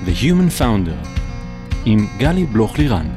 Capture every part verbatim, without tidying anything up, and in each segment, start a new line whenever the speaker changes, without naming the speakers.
The Human Founder עם גלי בלוך-לירן.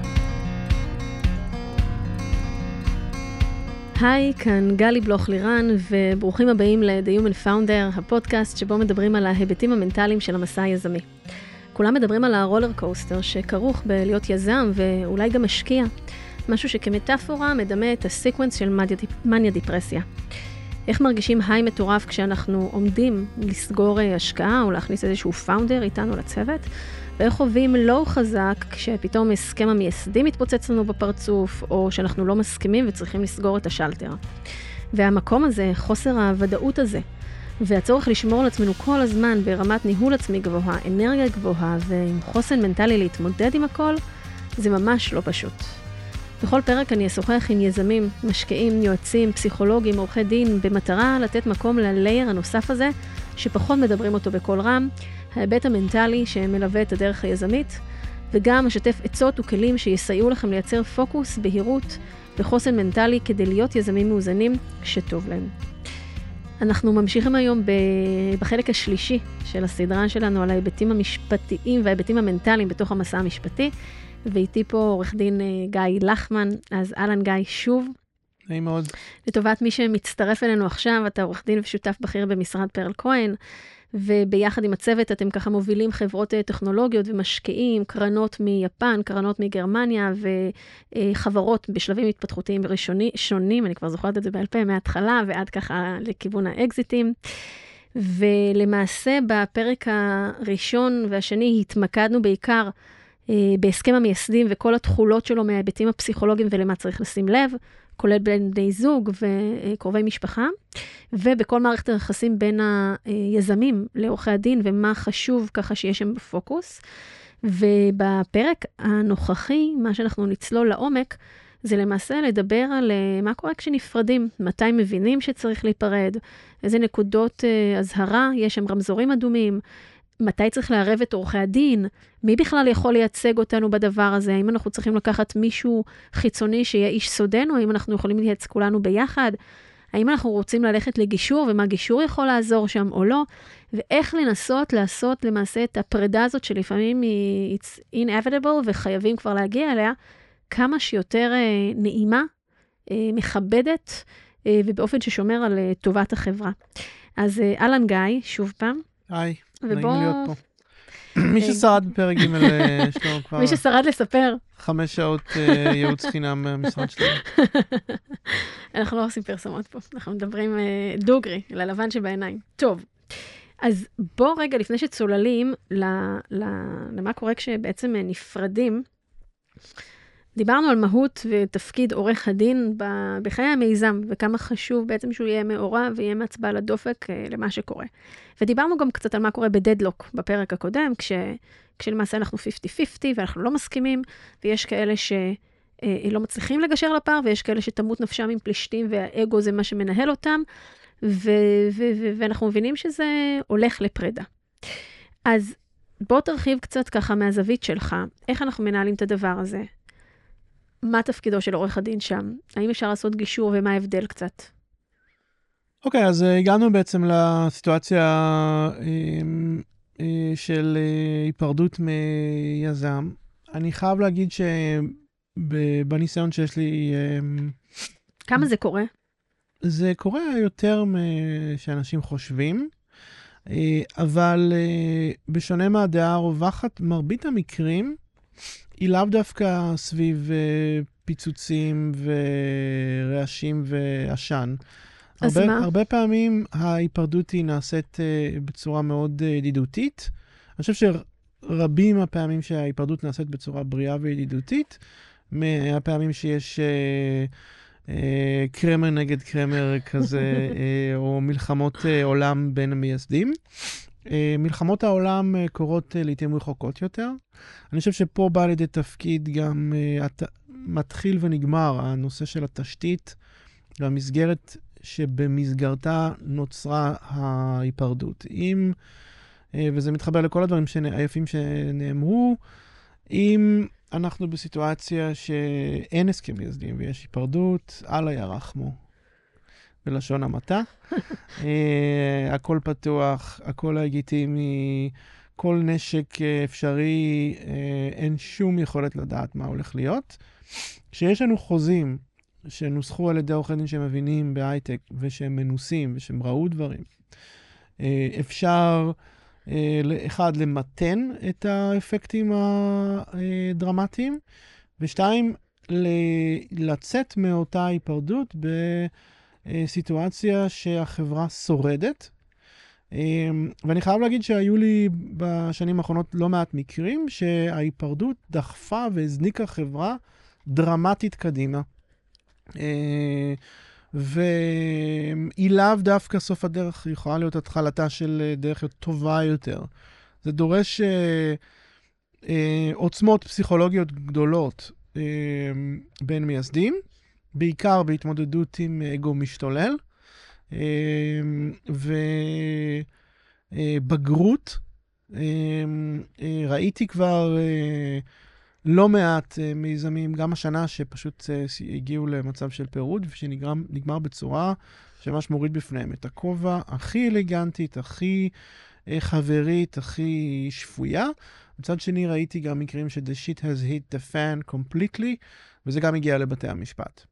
היי, כאן גלי בלוך-לירן, וברוכים הבאים ל-The Human Founder, הפודקאסט שבו מדברים על ההיבטים המנטליים של המסע היזמי. כולם מדברים על הרולר קוסטר שכרוך בלהיות יזם ואולי גם משקיע, משהו שכמטאפורה מדמה את הסיקוונס של מניה דיפרסיה. איך מרגישים היי מטורף כשאנחנו עומדים לסגור השקעה או להכניס איזשהו פאונדר איתנו לצוות, ואיך חווים לא חזק כשפתאום הסכם המייסדים מתפוצץ לנו בפרצוף, או שאנחנו לא מסכימים וצריכים לסגור את השלטר. והמקום הזה, חוסר הוודאות הזה, והצורך לשמור על עצמנו כל הזמן ברמת ניהול עצמי גבוהה, אנרגיה גבוהה ועם חוסן מנטלי להתמודד עם הכל, זה ממש לא פשוט. בכל פרק אני אשוחח עם יזמים, משקיעים, יועצים, פסיכולוגים, עורכי דין, במטרה לתת מקום ללייר הנוסף הזה, שפחות מדברים אותו בכל רם, ההיבט המנטלי שמלווה את הדרך היזמית, וגם אשתף עצות וכלים שיסייעו לכם לייצר פוקוס, בהירות וחוסן מנטלי כדי להיות יזמים מאוזנים שטוב להם. אנחנו ממשיכים היום בחלק השלישי של הסדרה שלנו על ההיבטים המשפטיים וההיבטים המנטליים בתוך המסע המשפטי, ואיתי פה עורך דין גיא לחמן. אז אהלן גיא, שוב.
נעים מאוד.
לטובת מי שמצטרף אלינו עכשיו, אתה עורך דין ושותף בכיר במשרד פרל כהן, וביחד עם הצוות אתם ככה מובילים חברות טכנולוגיות ומשקיעים, קרנות מיפן, קרנות מגרמניה, וחברות בשלבים התפתחותיים ראשוני, שונים, אני כבר זוכרת את זה בעל פה מההתחלה, ועד ככה לכיוון האקזיטים. ולמעשה בפרק הראשון והשני התמקדנו בעיקר בהסכם המייסדים וכל התחולות שלו מההיבטים הפסיכולוגיים ולמה צריך לשים לב, כולל בין בני זוג וקרובי משפחה, ובכל מערכת היחסים בין היזמים לעורכי הדין, ומה חשוב ככה שיש שם בפוקוס. ובפרק הנוכחי, מה שאנחנו נצלול לעומק, זה למעשה לדבר על מה קורה כשנפרדים, מתי מבינים שצריך להיפרד, איזה נקודות הזהרה, יש שם רמזורים אדומים, מתי צריך לערב את עורכי הדין, מי בכלל יכול לייצג אותנו בדבר הזה, האם אנחנו צריכים לקחת מישהו חיצוני שיהיה איש סודנו, האם אנחנו יכולים להתייעץ כולנו ביחד, האם אנחנו רוצים ללכת לגישור, ומה גישור יכול לעזור שם או לא, ואיך לנסות לעשות למעשה את הפרידה הזאת, שלפעמים היא it's inevitable, וחייבים כבר להגיע אליה, כמה שיותר אה, נעימה, אה, מכבדת, אה, ובאופן ששומר על אה, טובת החברה. אז אה, אהלן גיא, שוב פעם.
היי,
ובוא...
נעים להיות פה. מי ששרד בפרק ג' יש לו כבר...
מי ששרד לספר.
חמש שעות ייעוץ חינם במשרד שלנו.
אנחנו לא עושים פרסומות פה, אנחנו מדברים דוגרי, ללבן שבעיניים. טוב, אז בוא רגע, לפני שצוללים למה קורה כשבעצם נפרדים, דיברנו על מהות ותפקיד עורך הדין בחיי המיזם, וכמה חשוב בעצם שהוא יהיה מעורב ויהיה מצבע לדופק למה שקורה. ודיברנו גם קצת על מה קורה בדדלוק בפרק הקודם, כש, כשלמעשה אנחנו חמישים חמישים ואנחנו לא מסכימים, ויש כאלה שלא מצליחים לגשר לפער, ויש כאלה שתמות נפשם עם פלישתים, והאגו זה מה שמנהל אותם, ו, ו, ו, ואנחנו מבינים שזה הולך לפרידה. אז בוא תרחיב קצת ככה מהזווית שלך, איך אנחנו מנהלים את הדבר הזה, מה תפקידו של עורך הדין שם? האם אפשר לעשות גישור ומה ההבדל קצת?
אוקיי, אז הגענו בעצם לסיטואציה של היפרדות מיזם. אני חייב להגיד שבניסיון שיש לי...
כמה זה קורה?
זה קורה יותר שאנשים חושבים, אבל בשונה מהדעה הרווחת, מרבית המקרים, היא לאו דווקא סביב uh, פיצוצים ורעשים ועשן.
אז
הרבה,
מה?
הרבה פעמים ההיפרדות היא נעשית uh, בצורה מאוד uh, ידידותית. אני חושב שרבים הפעמים שההיפרדות נעשית בצורה בריאה וידידותית, מהפעמים שיש uh, uh, קרמר נגד קרמר כזה, uh, או מלחמות uh, עולם בין המייסדים. Uh, מלחמות העולם uh, קורות uh, לעתים רחוקות יותר. אני חושב שפה בא לידי תפקיד גם uh, הת... מתחיל ונגמר הנושא של התשתית והמסגרת שבמסגרתה נוצרה ההיפרדות. אם, uh, וזה מתחבר לכל הדברים היפים שנאמרו, אם אנחנו בסיטואציה שאין הסכם מייסדים ויש היפרדות, אללה ירחמו. בלשון המעטה. uh, הכל פתוח, הכל לגיטימי, כל נשק אפשרי, אין שום יכולת לדעת מה הולך להיות. כשיש לנו חוזים שנוסחו על ידי עורכי דין שמבינים בהייטק, ושהם מנוסים, ושהם ראו דברים, אפשר, אחד, למתן את האפקטים הדרמטיים, ושתיים, לצאת מאותה היפרדות בסיטואציה שהחברה שורדת. ואני חייב להגיד שהיו לי בשנים האחרונות לא מעט מקרים שההיפרדות דחפה והזניקה חברה דרמטית קדימה. והיא לאו דווקא סוף הדרך, היא יכולה להיות התחלתה של דרך טובה יותר. זה דורש עוצמות פסיכולוגיות גדולות בין מייסדים, בעיקר בהתמודדות עם אגו משתולל, ובגרות. ראיתי כבר לא מעט מיזמים, גם השנה שפשוט הגיעו למצב של פירוד, ושנגמר בצורה שממש מוריד בפניהם את הכובע הכי אלגנטית, הכי חברית, הכי שפויה. מצד שני ראיתי גם מקרים ש- the shit has hit the fan completely, וזה גם הגיע לבתי המשפט.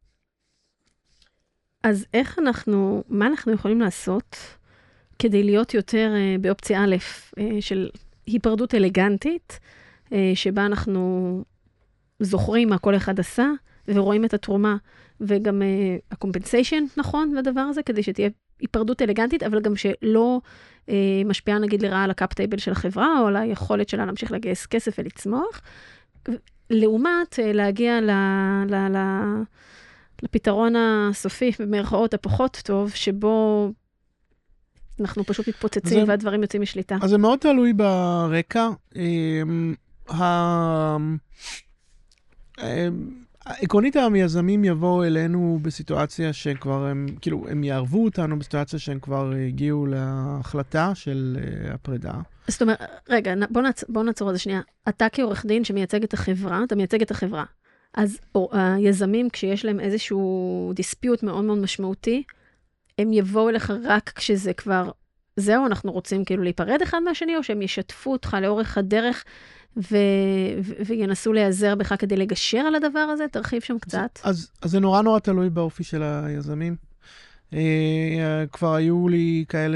אז איך אנחנו, מה אנחנו יכולים לעשות כדי להיות יותר uh, באופציה א' uh, של היפרדות אלגנטית, uh, שבה אנחנו זוכרים מה כל אחד עשה, ורואים את התרומה, וגם uh, הקומפנסיישן נכון לדבר הזה, כדי שתהיה היפרדות אלגנטית, אבל גם שלא uh, משפיעה נגיד לרעה על הקאפ טייבל של החברה, או על היכולת שלה להמשיך לגייס כסף ולצמוח, לעומת uh, להגיע ל... ל, ל לפתרון הסופי, במרכאות הפחות טוב, שבו אנחנו פשוט מתפוצצים זה, והדברים יוצאים משליטה.
אז זה מאוד תלוי ברקע. עקרונית המייזמים יבואו אלינו בסיטואציה שכבר הם, כאילו, הם יערבו אותנו בסיטואציה שהם כבר הגיעו להחלטה של הפרידה. זאת
אומרת, רגע, בוא, נעצ... בוא נעצור את זה שנייה. אתה כעורך דין שמייצג את החברה, אתה מייצג את החברה. אז היזמים, כשיש להם איזשהו דיספיוט מאוד מאוד משמעותי, הם יבואו אליך רק כשזה כבר, זהו, אנחנו רוצים כאילו להיפרד אחד מהשני, או שהם ישתפו אותך לאורך הדרך, ו- ו- וינסו להיעזר בך כדי לגשר על הדבר הזה? תרחיב שם קצת.
אז, אז, אז זה נורא נורא תלוי באופי של היזמים. אה, כבר היו לי כאלה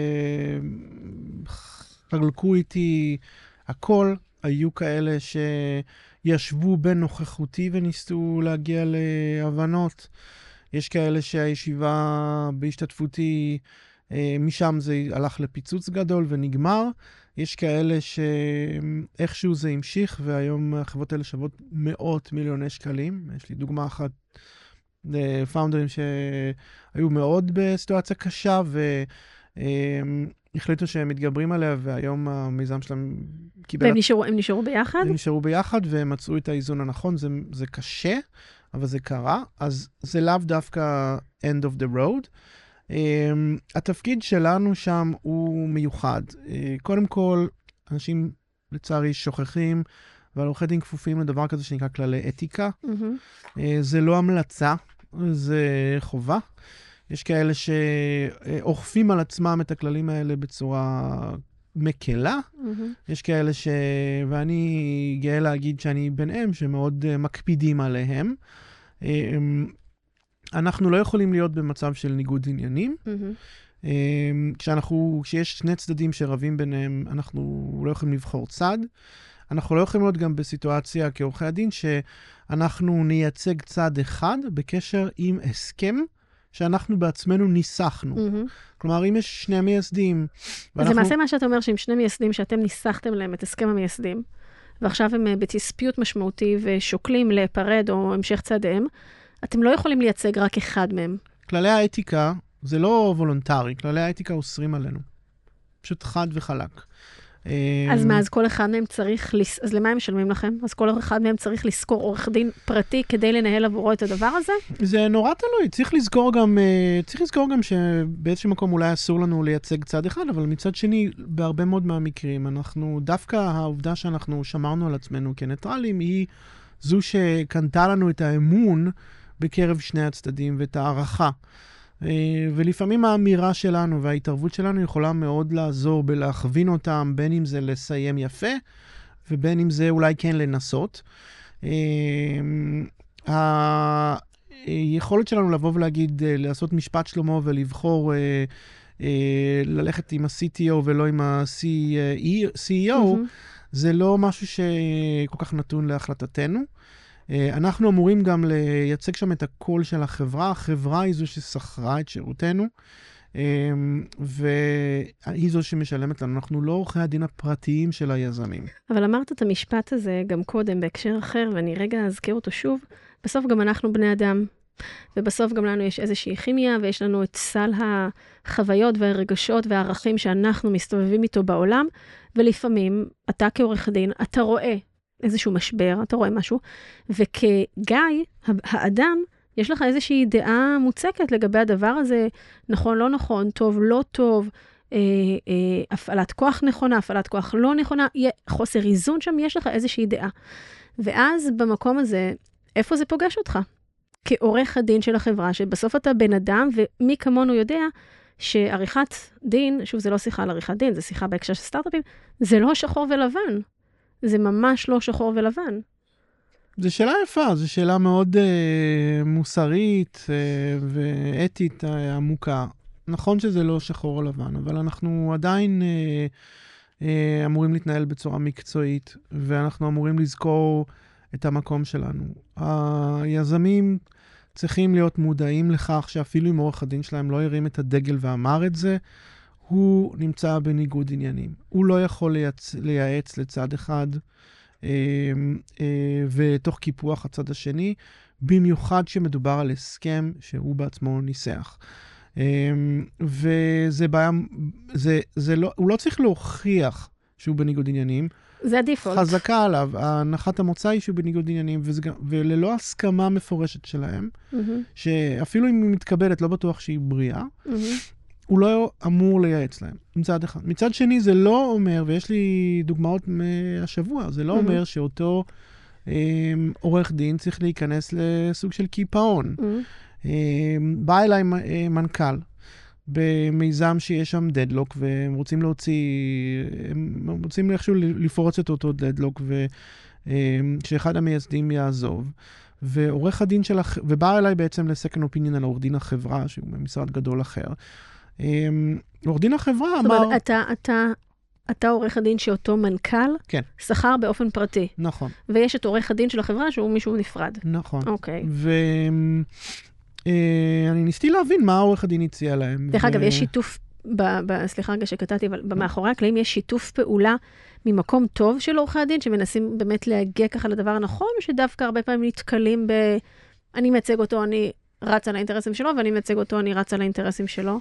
שחלקו איתי הכל, היו כאלה ש... ישבו בנוכחותי וניסו להגיע להבנות. יש כאלה שהישיבה בהשתתפותי, משם זה הלך לפיצוץ גדול ונגמר. יש כאלה שאיכשהו זה המשיך, והיום החברות האלה שוות מאות מיליוני שקלים. יש לי דוגמה אחת, פאונדרים שהיו מאוד בסיטואציה קשה, ו... החליטו שהם מתגברים עליה, והיום המיזם שלהם קיבל...
והם נשארו, הם נשארו ביחד?
הם נשארו ביחד, והם מצאו את האיזון הנכון. זה, זה קשה, אבל זה קרה. אז זה לאו דווקא end of the road. Um, התפקיד שלנו שם הוא מיוחד. Uh, קודם כל, אנשים לצערי שוכחים, ועל עורכי דין כפופים לדבר כזה שנקרא כללי אתיקה. Mm-hmm. Uh, זה לא המלצה, זה חובה. יש כאלה שאוכפים על עצמם את הכללים האלה בצורה מקלה. Mm-hmm. יש כאלה ש... ואני גאה להגיד שאני ביניהם, שמאוד מקפידים עליהם. אנחנו לא יכולים להיות במצב של ניגוד עניינים. Mm-hmm. כשאנחנו, כשיש שני צדדים שרבים ביניהם, אנחנו לא יכולים לבחור צד. אנחנו לא יכולים להיות גם בסיטואציה כעורכי הדין, שאנחנו נייצג צד אחד בקשר עם הסכם, שאנחנו בעצמנו ניסחנו. Mm-hmm. כלומר, אם יש שני מייסדים...
ואנחנו... אז למעשה מה שאתה אומר, שעם שני מייסדים שאתם ניסחתם להם את הסכם המייסדים, ועכשיו הם בתספיות משמעותי ושוקלים להיפרד או המשך צעדיהם, אתם לא יכולים לייצג רק אחד מהם.
כללי האתיקה זה לא וולונטרי, כללי האתיקה אוסרים עלינו. פשוט חד וחלק.
אז מה, אז כל אחד מהם צריך, אז למה הם משלמים לכם? אז כל אחד מהם צריך לזכור עורך דין פרטי כדי לנהל עבורו את הדבר הזה?
זה נורא תלוי, צריך לזכור גם, צריך לזכור גם שבאיזשהו מקום אולי אסור לנו לייצג צד אחד, אבל מצד שני, בהרבה מאוד מהמקרים, אנחנו, דווקא העובדה שאנחנו שמרנו על עצמנו כניטרלים, היא זו שקנתה לנו את האמון בקרב שני הצדדים ואת הערכה. ולפעמים האמירה שלנו וההתערבות שלנו יכולה מאוד לעזור בלהכווין אותם, בין אם זה לסיים יפה, ובין אם זה אולי כן לנסות. היכולת שלנו לבוא ולהגיד, לעשות משפט שלמה ולבחור ללכת עם ה-סי טי או ולא עם ה-סי אי או, זה לא משהו שכל כך נתון להחלטתנו. אנחנו אמורים גם לייצג שם את הקול של החברה. החברה היא זו ששכרה את שירותנו, והיא זו שמשלמת לנו. אנחנו לא עורכי הדין הפרטיים של היזמים.
אבל אמרת את המשפט הזה גם קודם בהקשר אחר, ואני רגע אזכיר אותו שוב. בסוף גם אנחנו בני אדם, ובסוף גם לנו יש איזושהי כימיה, ויש לנו את סל החוויות והרגשות והערכים שאנחנו מסתובבים איתו בעולם, ולפעמים אתה כעורך דין, אתה רואה איזשהו משבר, אתה רואה משהו, וכגיא, האדם, יש לך איזושהי דעה מוצקת לגבי הדבר הזה, נכון, לא נכון, טוב, לא טוב, אה, אה, הפעלת כוח נכונה, הפעלת כוח לא נכונה, חוסר איזון שם, יש לך איזושהי דעה. ואז במקום הזה, איפה זה פוגש אותך? כעורך הדין של החברה, שבסוף אתה בן אדם, ומי כמונו יודע שעריכת דין, שוב, זה לא שיחה על עריכת דין, זה שיחה בהקשר של סטארט-אפים, זה לא שחור ולבן. זה ממש לא שחור ולבן.
זו שאלה יפה, זו שאלה מאוד אה, מוסרית אה, ואתית אה, עמוקה. נכון שזה לא שחור או לבן, אבל אנחנו עדיין אה, אה, אמורים להתנהל בצורה מקצועית, ואנחנו אמורים לזכור את המקום שלנו. היזמים צריכים להיות מודעים לכך שאפילו אם עורך הדין שלהם לא הרים את הדגל ואמר את זה, הוא נמצא בניגוד עניינים. הוא לא יכול לייצ... לייעץ לצד אחד, אה, אה, ותוך קיפוח הצד השני, במיוחד שמדובר על הסכם שהוא בעצמו ניסח. אה, וזה בעיה, זה, זה לא, הוא לא צריך להוכיח שהוא בניגוד עניינים.
זה הדיפולט.
חזקה עליו, הנחת המוצא היא שהוא בניגוד עניינים, וזה גם, וללא הסכמה מפורשת שלהם, mm-hmm. שאפילו אם היא מתקבלת, לא בטוח שהיא בריאה, mm-hmm. הוא לא אמור לייעץ להם, מצד אחד. מצד שני, זה לא אומר, ויש לי דוגמאות מהשבוע, זה לא mm-hmm. אומר שאותו אה, עורך דין צריך להיכנס לסוג של קיפאון. Mm-hmm. אה, בא אליי אה, מנכ"ל, במיזם שיש שם דדלוק, והם רוצים להוציא, הם רוצים איכשהו לפורץ את אותו דדלוק, ושאחד המייסדים יעזוב. ועורך הדין של, ובא אליי בעצם לסקנד אופיניון על עורך דין החברה, שהוא במשרד גדול אחר. עורך דין החברה אמר...
זאת אומרת, אתה, אתה, אתה עורך הדין שאותו מנכ"ל,
כן.
שכר באופן פרטי.
נכון.
ויש את עורך הדין של החברה שהוא מישהו נפרד.
נכון.
אוקיי.
ו... אני ניסיתי להבין מה העורך הדין הציע להם.
דרך אגב, יש שיתוף, סליחה רגע שקטעתי, אבל במאחורי הקלעים יש שיתוף פעולה ממקום טוב של עורכי הדין, שמנסים באמת להגיע ככה לדבר הנכון, או שדווקא הרבה פעמים נתקלים ב... אני מייצג אותו, אני רץ על האינטרסים שלו, ואני מייצג אותו, אני רץ על האינטרסים שלו.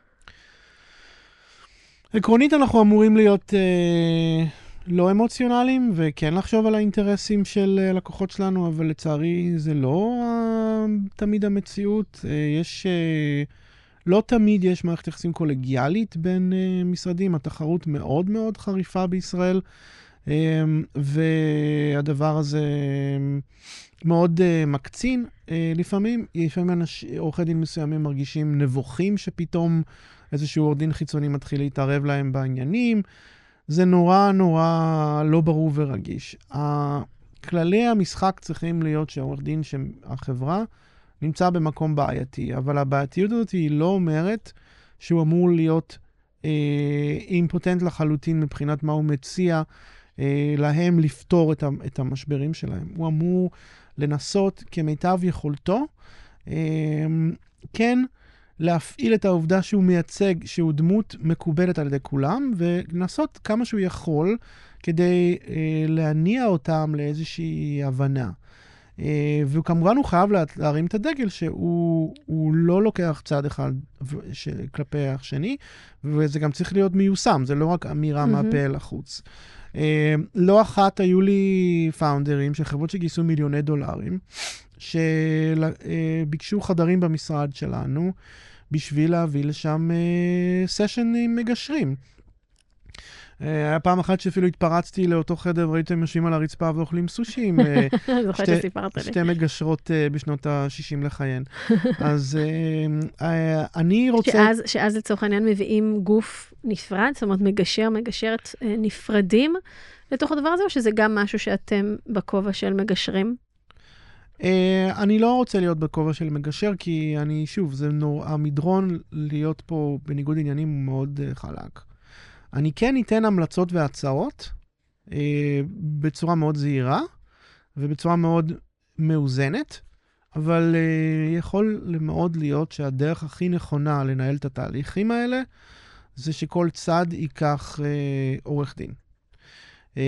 עקרונית אנחנו אמורים להיות אה, לא אמוציונליים, וכן לחשוב על האינטרסים של אה, לקוחות שלנו, אבל לצערי זה לא אה, תמיד המציאות. אה, יש, אה, לא תמיד יש מערכת יחסים קולגיאלית בין אה, משרדים, התחרות מאוד מאוד חריפה בישראל, אה, והדבר הזה מאוד אה, מקצין. אה, לפעמים, לפעמים עורכי דין מסוימים מרגישים נבוכים שפתאום איזשהו עורך דין חיצוני מתחיל להתערב להם בעניינים. זה נורא נורא לא ברור ורגיש. כללי המשחק צריכים להיות שהעורך דין של החברה נמצא במקום בעייתי, אבל הבעייתיות הזאת היא לא אומרת שהוא אמור להיות אה, אימפוטנט לחלוטין מבחינת מה הוא מציע אה, להם לפתור את, את המשברים שלהם. הוא אמור לנסות כמיטב יכולתו, אה, כן, להפעיל את העובדה שהוא מייצג, שהוא דמות מקובלת על ידי כולם, ולנסות כמה שהוא יכול כדי אה, להניע אותם לאיזושהי הבנה. אה, וכמובן הוא חייב לה, להרים את הדגל שהוא לא לוקח צעד אחד ש, כלפי השני, וזה גם צריך להיות מיושם, זה לא רק אמירה mm-hmm. מהפה אל החוץ. אה, לא אחת היו לי פאונדרים של חברות שגייסו מיליוני דולרים, שביקשו חדרים במשרד שלנו, בשביל להביא לשם סשן עם מגשרים. היה פעם אחת שאפילו התפרצתי לאותו חדר, ראיתם יושבים על הרצפה ואוכלים סושי עם
זוכרת שסיפרת לי.
שתי מגשרות בשנות ה-שישים לחייהן. אז אני רוצה...
שאז, שאז לצורך העניין מביאים גוף נפרד, זאת אומרת מגשר, מגשרת נפרדים לתוך הדבר הזה, או שזה גם משהו שאתם בכובע של מגשרים?
אני לא רוצה להיות בכובע של מגשר, כי אני, שוב, זה נור... המדרון להיות פה בניגוד עניינים הוא מאוד חלק. אני כן אתן המלצות והצעות אה, בצורה מאוד זהירה ובצורה מאוד מאוזנת, אבל אה, יכול מאוד להיות שהדרך הכי נכונה לנהל את התהליכים האלה, זה שכל צד ייקח אה, עורך דין. אה,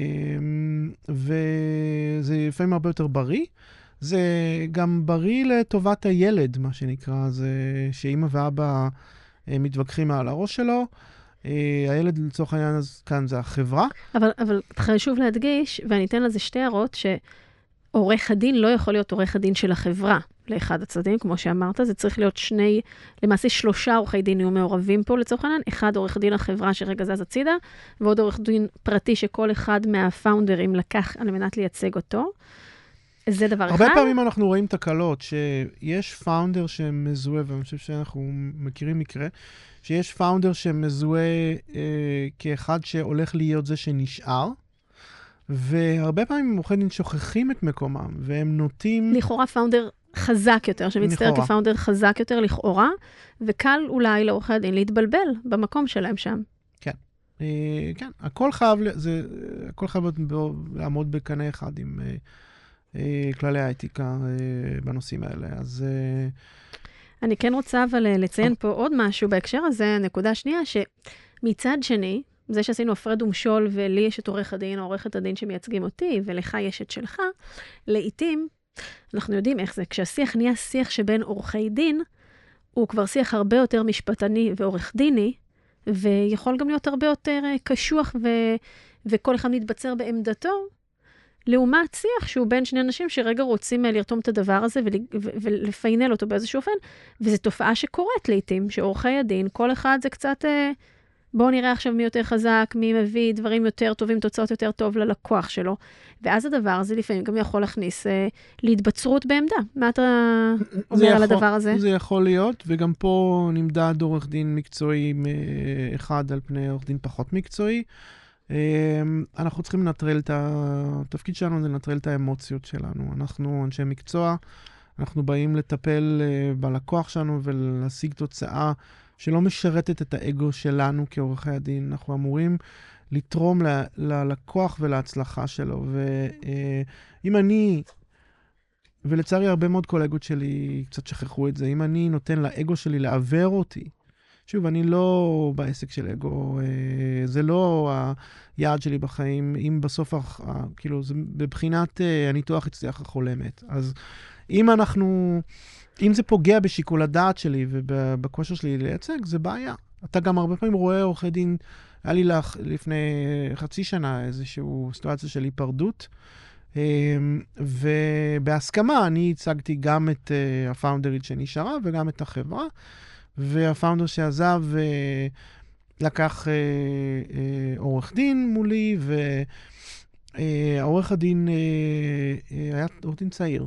וזה לפעמים הרבה יותר בריא. זה גם בריא לטובת הילד, מה שנקרא, זה שאמא ואבא אה, מתווכחים על הראש שלו, הילד לצורך העניין אז כאן זה החברה.
אבל, אבל חשוב להדגיש, ואני אתן לזה שתי הערות, שעורך הדין לא יכול להיות עורך הדין של החברה לאחד הצדדים, כמו שאמרת, זה צריך להיות שני, למעשה שלושה עורכי דין יהיו מעורבים פה לצורך העניין, אחד עורך דין החברה שרגע זז הצידה, ועוד עורך דין פרטי שכל אחד מהפאונדרים לקח על מנת לייצג אותו. זה דבר אחד.
הרבה פעמים אנחנו רואים תקלות, שיש פאונדר שמזוהה, ואני חושב שאנחנו מכירים מקרה, שיש פאונדר שמזוהה אה, כאחד שהולך להיות זה שנשאר, והרבה פעמים עורכי דין שוכחים את מקומם, והם נוטים...
לכאורה פאונדר חזק יותר, שמצטער כפאונדר חזק יותר לכאורה, וקל אולי לעורכי הדין להתבלבל במקום שלהם שם.
כן. אה, כן, הכל חייב, זה, הכל חייב לעמוד בקנה אחד עם... אה, כללי האתיקה בנושאים האלה. אז...
אני כן רוצה אבל לציין פה עוד משהו בהקשר הזה, נקודה שנייה, שמצד שני, זה שעשינו הפרד ומשול, ולי יש את עורך הדין או עורכת הדין שמייצגים אותי, ולך יש את שלך, לעתים, אנחנו יודעים איך זה, כשהשיח נהיה שיח שבין עורכי דין, הוא כבר שיח הרבה יותר משפטני ועורך דיני, ויכול גם להיות הרבה יותר קשוח, ו... וכל אחד מתבצר בעמדתו, לעומת שיח שהוא בין שני אנשים שרגע רוצים לרתום את הדבר הזה ולפיינל אותו באיזשהו אופן, וזו תופעה שקורית לעתים, שעורכי הדין, כל אחד זה קצת, בואו נראה עכשיו מי יותר חזק, מי מביא דברים יותר טובים, תוצאות יותר טוב ללקוח שלו, ואז הדבר הזה לפעמים גם יכול להכניס להתבצרות בעמדה. מה אתה אומר על הדבר הזה?
זה יכול להיות, וגם פה נמדד עורך דין מקצועי אחד על פני עורך דין פחות מקצועי, אנחנו צריכים לנטרל את התפקיד שלנו, זה לנטרל את האמוציות שלנו. אנחנו אנשי מקצוע, אנחנו באים לטפל בלקוח שלנו ולהשיג תוצאה שלא משרתת את האגו שלנו כעורכי הדין. אנחנו אמורים לתרום ל- ללקוח ולהצלחה שלו. ואם אני, ולצערי הרבה מאוד קולגות שלי קצת שכחו את זה, אם אני נותן לאגו שלי לעבר אותי, שוב, אני לא בעסק של אגו, זה לא היעד שלי בחיים, אם בסוף, כאילו, זה בבחינת הניתוח הצליח החולמת. אז אם אנחנו, אם זה פוגע בשיקול הדעת שלי ובכושר שלי לייצג, זה בעיה. אתה גם הרבה פעמים רואה עורכי דין, היה לי לך לפני חצי שנה איזושהי סיטואציה של היפרדות, ובהסכמה אני הצגתי גם את הפאונדרית שנשארה וגם את החברה, והפאונדר שעזב לקח אה, אה, עורך דין מולי, והעורך הדין אה, אה, היה עורך דין צעיר.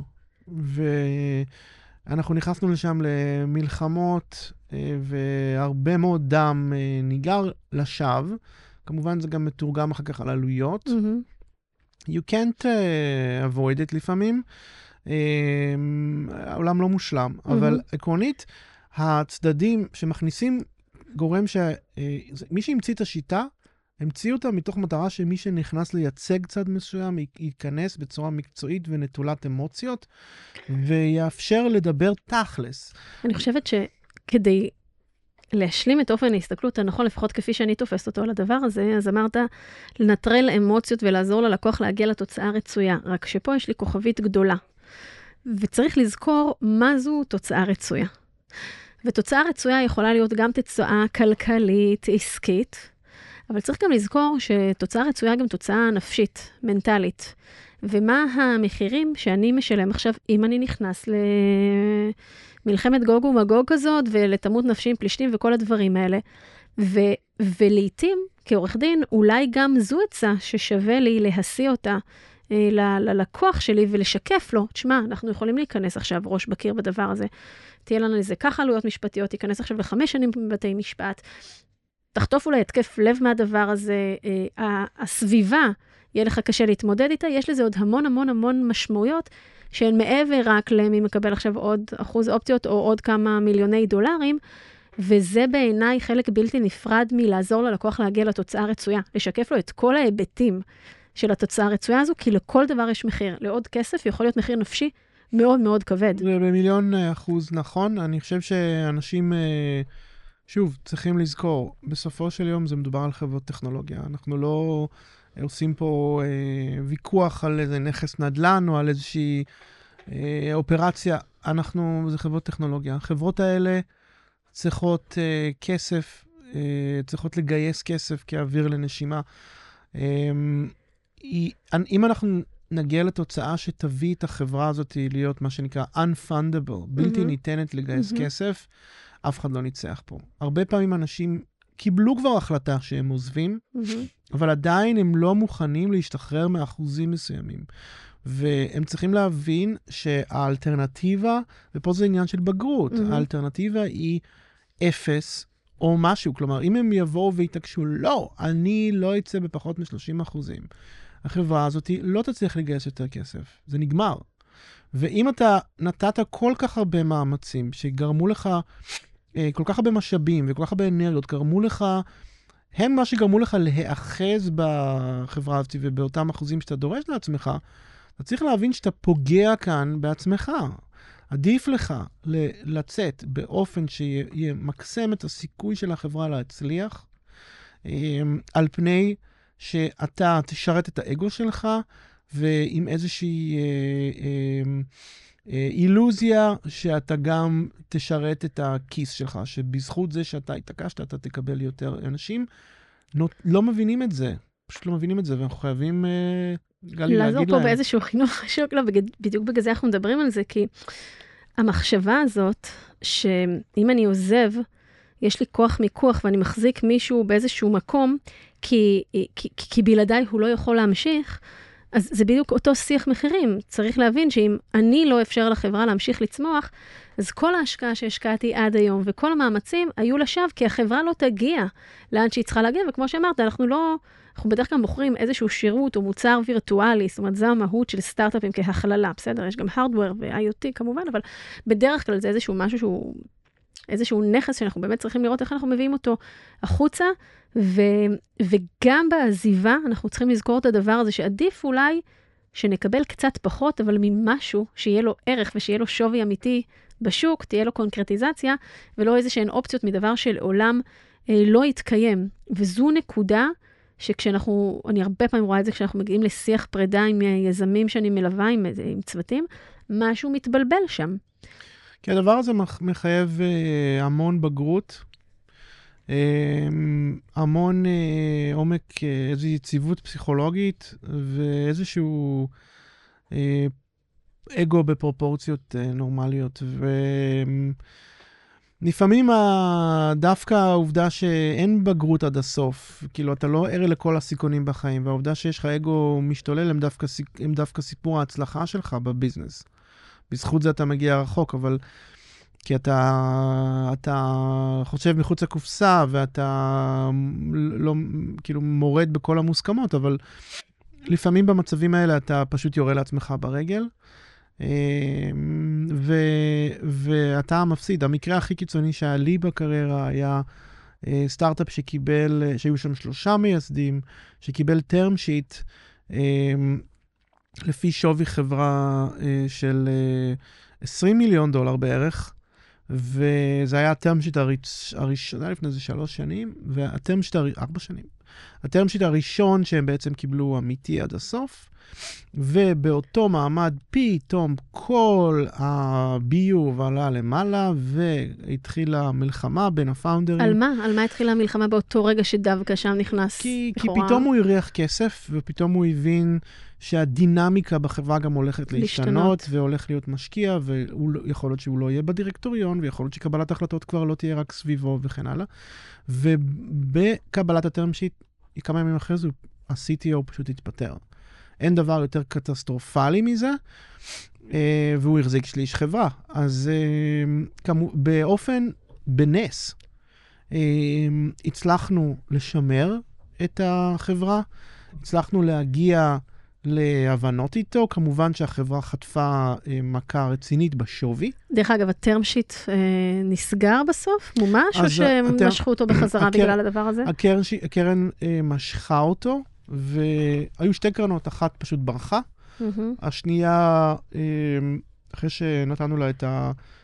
ואנחנו נכנסנו לשם למלחמות, אה, והרבה מאוד דם אה, ניגר לשווא. כמובן זה גם מתורגם אחר כך על עלויות. Mm-hmm. You can't uh, avoid it לפעמים. אה, העולם לא מושלם, mm-hmm. אבל עקרונית, הצדדים שמכניסים גורם שמי שהמציא את השיטה, המציאו אותה מתוך מטרה שמי שנכנס לייצג צד מסוים, ייכנס בצורה מקצועית ונטולת אמוציות, ויאפשר לדבר תכלס.
אני חושבת שכדי להשלים את אופן ההסתכלות הנכון, לפחות כפי שאני תופסת אותו על הדבר הזה, אז אמרת לנטרל אמוציות ולעזור ללקוח להגיע לתוצאה רצויה. רק שפה יש לי כוכבית גדולה. וצריך לזכור מה זו תוצאה רצויה. ותוצאה רצויה יכולה להיות גם תוצאה כלכלית, עסקית, אבל צריך גם לזכור שתוצאה רצויה היא גם תוצאה נפשית, מנטלית. ומה המחירים שאני משלם עכשיו, אם אני נכנס למלחמת גוג ומגוג כזאת, ולתמות נפשיים פלישתים וכל הדברים האלה. ו- ולעיתים, כעורך דין, אולי גם זו עצה ששווה לי להשיא אותה אה, ל- ללקוח שלי ולשקף לו, תשמע, אנחנו יכולים להיכנס עכשיו ראש בקיר בדבר הזה, תהיה לנו איזה ככה עלויות משפטיות, תיכנס עכשיו לחמש שנים בבתי משפט, תחטוף אולי התקף לב מהדבר הזה, אה, הסביבה, יהיה לך קשה להתמודד איתה, יש לזה עוד המון המון המון משמעויות, שהן מעבר רק למי מקבל עכשיו עוד אחוז אופציות, או עוד כמה מיליוני דולרים, וזה בעיניי חלק בלתי נפרד מלעזור ללקוח להגיע לתוצאה רצויה, לשקף לו את כל ההיבטים של התוצאה הרצויה הזו, כי לכל דבר יש מחיר. לעוד כסף יכול להיות מחיר נפשי מאוד מאוד כבד.
זה במיליון אחוז נכון. אני חושב שאנשים, שוב, צריכים לזכור, בסופו של יום זה מדובר על חברות טכנולוגיה. אנחנו לא עושים פה אה, ויכוח על איזה נכס נדל"ן או על איזושהי אה, אופרציה. אנחנו, זה חברות טכנולוגיה. החברות האלה צריכות אה, כסף, אה, צריכות לגייס כסף כאוויר לנשימה. אה, אם אנחנו נגיע לתוצאה שתביא את החברה הזאת להיות מה שנקרא unfundable, בלתי mm-hmm. ניתנת לגייס mm-hmm. כסף, אף אחד לא ניצח פה. הרבה פעמים אנשים קיבלו כבר החלטה שהם עוזבים, mm-hmm. אבל עדיין הם לא מוכנים להשתחרר מאחוזים מסוימים. והם צריכים להבין שהאלטרנטיבה, ופה זה עניין של בגרות, mm-hmm. האלטרנטיבה היא אפס או משהו. כלומר, אם הם יבואו ויתעקשו, לא, אני לא אצא בפחות מ-שלושים אחוזים. החברה הזאת לא תצליח לגייס יותר כסף. זה נגמר. ואם אתה נתת כל כך הרבה מאמצים, שגרמו לך אה, כל כך הרבה משאבים וכל כך הרבה אנרגיות, גרמו לך, הם מה שגרמו לך להיאחז בחברה הזאת ובאותם אחוזים שאתה דורש לעצמך, אתה צריך להבין שאתה פוגע כאן בעצמך. עדיף לך לצאת באופן שימקסם את הסיכוי של החברה להצליח, אה, על פני שאתה תשרת את האגו שלך, ועם איזושהי אה, אה, אה, אילוזיה שאתה גם תשרת את הכיס שלך, שבזכות זה שאתה התעקשת, אתה תקבל יותר. אנשים לא, לא מבינים את זה, פשוט לא מבינים את זה, ואנחנו חייבים אה, גלי,
לעזור
להגיד
פה
להם.
באיזשהו חינוך חשוק, לא, בדיוק בגלל זה אנחנו מדברים על זה, כי המחשבה הזאת, שאם אני עוזב, יש לי כוח מיקוח ואני מחזיק מישהו באיזשהו מקום, כי, כי, כי בלעדיי הוא לא יכול להמשיך, אז זה בדיוק אותו שיח מחירים. צריך להבין שאם אני לא אפשר לחברה להמשיך לצמוח, אז כל ההשקעה שהשקעתי עד היום וכל המאמצים היו לשווא, כי החברה לא תגיע לאן שהיא צריכה להגיע, וכמו שאמרת, אנחנו לא, אנחנו בדרך כלל מוכרים איזשהו שירות או מוצר וירטואלי, זאת אומרת, זו המהות של סטארט-אפים כהכללה, בסדר? יש גם Hardware ו-איי או טי כמובן, אבל בדרך כלל זה איזשהו משהו שהוא, איזשהו נכס שאנחנו באמת צריכים לראות איך אנחנו מביאים אותו החוצה, ו, וגם בעזיבה אנחנו צריכים לזכור את הדבר הזה, שעדיף אולי שנקבל קצת פחות, אבל ממשהו שיהיה לו ערך ושיהיה לו שווי אמיתי בשוק, תהיה לו קונקרטיזציה, ולא איזה שהן אופציות מדבר של עולם אה, לא יתקיים. וזו נקודה שכשאנחנו, אני הרבה פעמים רואה את זה, כשאנחנו מגיעים לשיח פרידה עם יזמים שאני מלווה, עם, עם צוותים, משהו מתבלבל שם.
כי הדבר הזה מחייב אה, המון בגרות, אה, המון אה, עומק, אה, איזו יציבות פסיכולוגית, ואיזשהו אה, אגו בפרופורציות אה, נורמליות. ולפעמים דווקא העובדה שאין בגרות עד הסוף, כאילו אתה לא ער לכל הסיכונים בחיים, והעובדה שיש לך אגו משתולל, הם דווקא, הם דווקא סיפור ההצלחה שלך בביזנס. בזכות זה אתה מגיע רחוק, אבל כי אתה, אתה חושב מחוץ לקופסה, ואתה לא, כאילו מורד בכל המוסכמות, אבל לפעמים במצבים האלה אתה פשוט יורה לעצמך ברגל, ו, ואתה המפסיד. המקרה הכי קיצוני שהיה לי בקריירה היה סטארט-אפ שקיבל, שהיו שם שלושה מייסדים, שקיבל טרם שיט, לפי שווי חברה של עשרים מיליון דולר בערך, וזה היה הטרם שיט הראשון, זה היה לפני זה שלוש שנים, והטרם שיט, ארבע שנים. הטרם שיט הראשון שהם בעצם קיבלו אמיתי עד הסוף, ובאותו מעמד פתאום כל הביוב עלה למעלה, והתחילה מלחמה בין הפאונדרים.
על מה? על מה התחילה המלחמה באותו רגע שדווקא שם נכנס?
כי, כי פתאום הוא הריח כסף, ופתאום הוא הבין שהדינמיקה בחברה גם הולכת להשתנות, והולך להיות משקיע, ויכול להיות שהוא לא יהיה בדירקטוריון, ויכול להיות שקבלת החלטות כבר לא תהיה רק סביבו וכן הלאה. ובקבלת הטרם שיט, כמה ימים אחרי זה, ה-סי טי או פשוט התפטר. אין דבר יותר קטסטרופלי מזה, והוא החזיק שליש חברה. אז כמו, באופן, בנס, הצלחנו לשמר את החברה, הצלחנו להגיע להבנות איתו, כמובן שהחברה חטפה מכה רצינית בשווי.
דרך אגב, הטרם שיט אה, נסגר בסוף, מומש, או שהם
הטר...
משכו אותו בחזרה
הקר...
בגלל הדבר הזה?
הקרן, ש... הקרן אה, משכה אותו, והיו שתי קרנות, אחת פשוט ברחה, mm-hmm. השנייה, אה, אחרי שנתנו לה את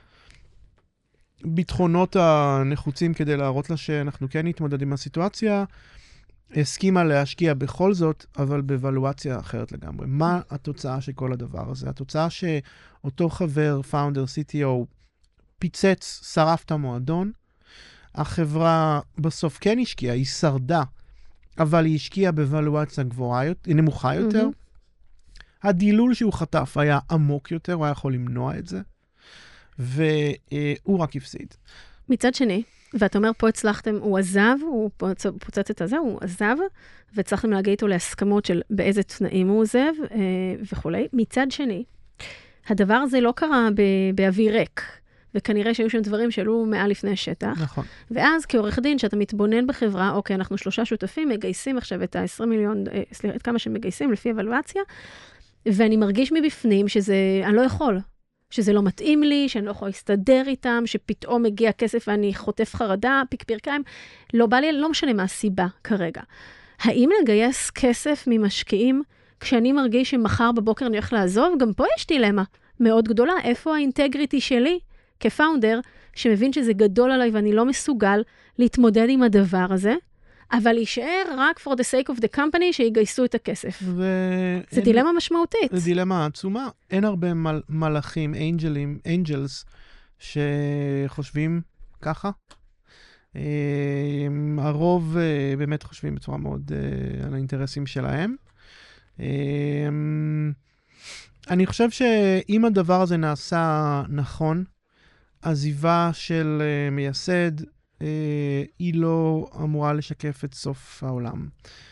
הביטחונות הנחוצים כדי להראות לה שאנחנו כן נתמודד עם הסיטואציה, הסכימה להשקיע בכל זאת, אבל בוולואציה אחרת לגמרי. מה התוצאה של כל הדבר הזה? התוצאה שאותו חבר, פאונדר, סי טי או, פיצץ, שרף את המועדון, החברה בסוף כן השקיעה, היא שרדה, אבל היא השקיעה בוולואציה גבוהה, היא נמוכה יותר. Mm-hmm. הדילול שהוא חטף היה עמוק יותר, הוא היה יכול למנוע את זה, והוא רק הפסיד.
מצד שני, ואתה אומר, פה הצלחתם, הוא עזב, הוא פוצץ את הזה, הוא עזב, והצלחתם להגיע איתו להסכמות של באיזה תנאים הוא עוזב, וכו'. מצד שני, הדבר הזה לא קרה באוויר ריק, וכנראה שהיו שם דברים שעלו מעל לפני השטח.
נכון.
ואז כעורך דין, שאתה מתבונן בחברה, אוקיי, אנחנו שלושה שותפים, מגייסים עכשיו את ה-עשרים מיליון, סליחה, את כמה שמגייסים לפי אבלואציה, ואני מרגיש מבפנים שזה, אני לא יכול. שזה לא מתאים לי, שאני לא יכולה להסתדר איתם, שפתאום מגיע כסף ואני חוטף חרדה, פיק פרקיים, לא בא לי, לא משנה מה הסיבה כרגע. האם לגייס כסף ממשקיעים, כשאני מרגיש שמחר בבוקר אני הולך לעזוב, גם פה יש דילמה מאוד גדולה, איפה האינטגריטי שלי כפאונדר, שמבין שזה גדול עליי ואני לא מסוגל להתמודד עם הדבר הזה, אבל יישאר רק for the sake of the company שיגייסו את הכסף. ו... זה דילמה משמעותית.
זה דילמה עצומה. אין הרבה מל... מלאכים, אנג'לים, אנג'לס, שחושבים ככה. הרוב באמת חושבים בצורה מאוד על האינטרסים שלהם. אני חושב שאם הדבר הזה נעשה נכון, עזיבה של מייסד, היא לא אמורה לשקף את סוף העולם.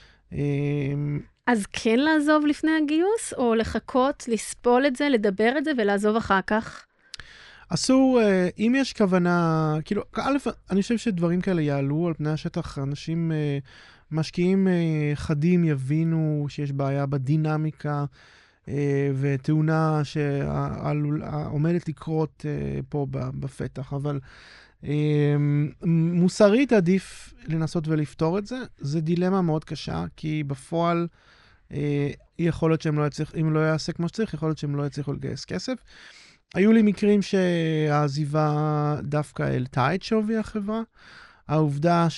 אז כן לעזוב לפני הגיוס, או לחכות, לספול את זה, לדבר את זה ולעזוב אחר כך?
אסור, אם יש כוונה, כאילו, א', אני חושב שדברים כאלה יעלו על פני השטח, אנשים משקיעים חדים יבינו שיש בעיה בדינמיקה, ותאונה שעומדת לקרות פה בפתח, אבל מוסרית עדיף לנסות ולפתור את זה. זה דילמה מאוד קשה, כי בפועל יכול להיות שהם לא יצליח, אם לא יעשה כמו שצריך, יכול להיות שהם לא יצליחו לגייס כסף. היו לי מקרים שהעזיבה דווקא העלתה את שווי החברה. העובדה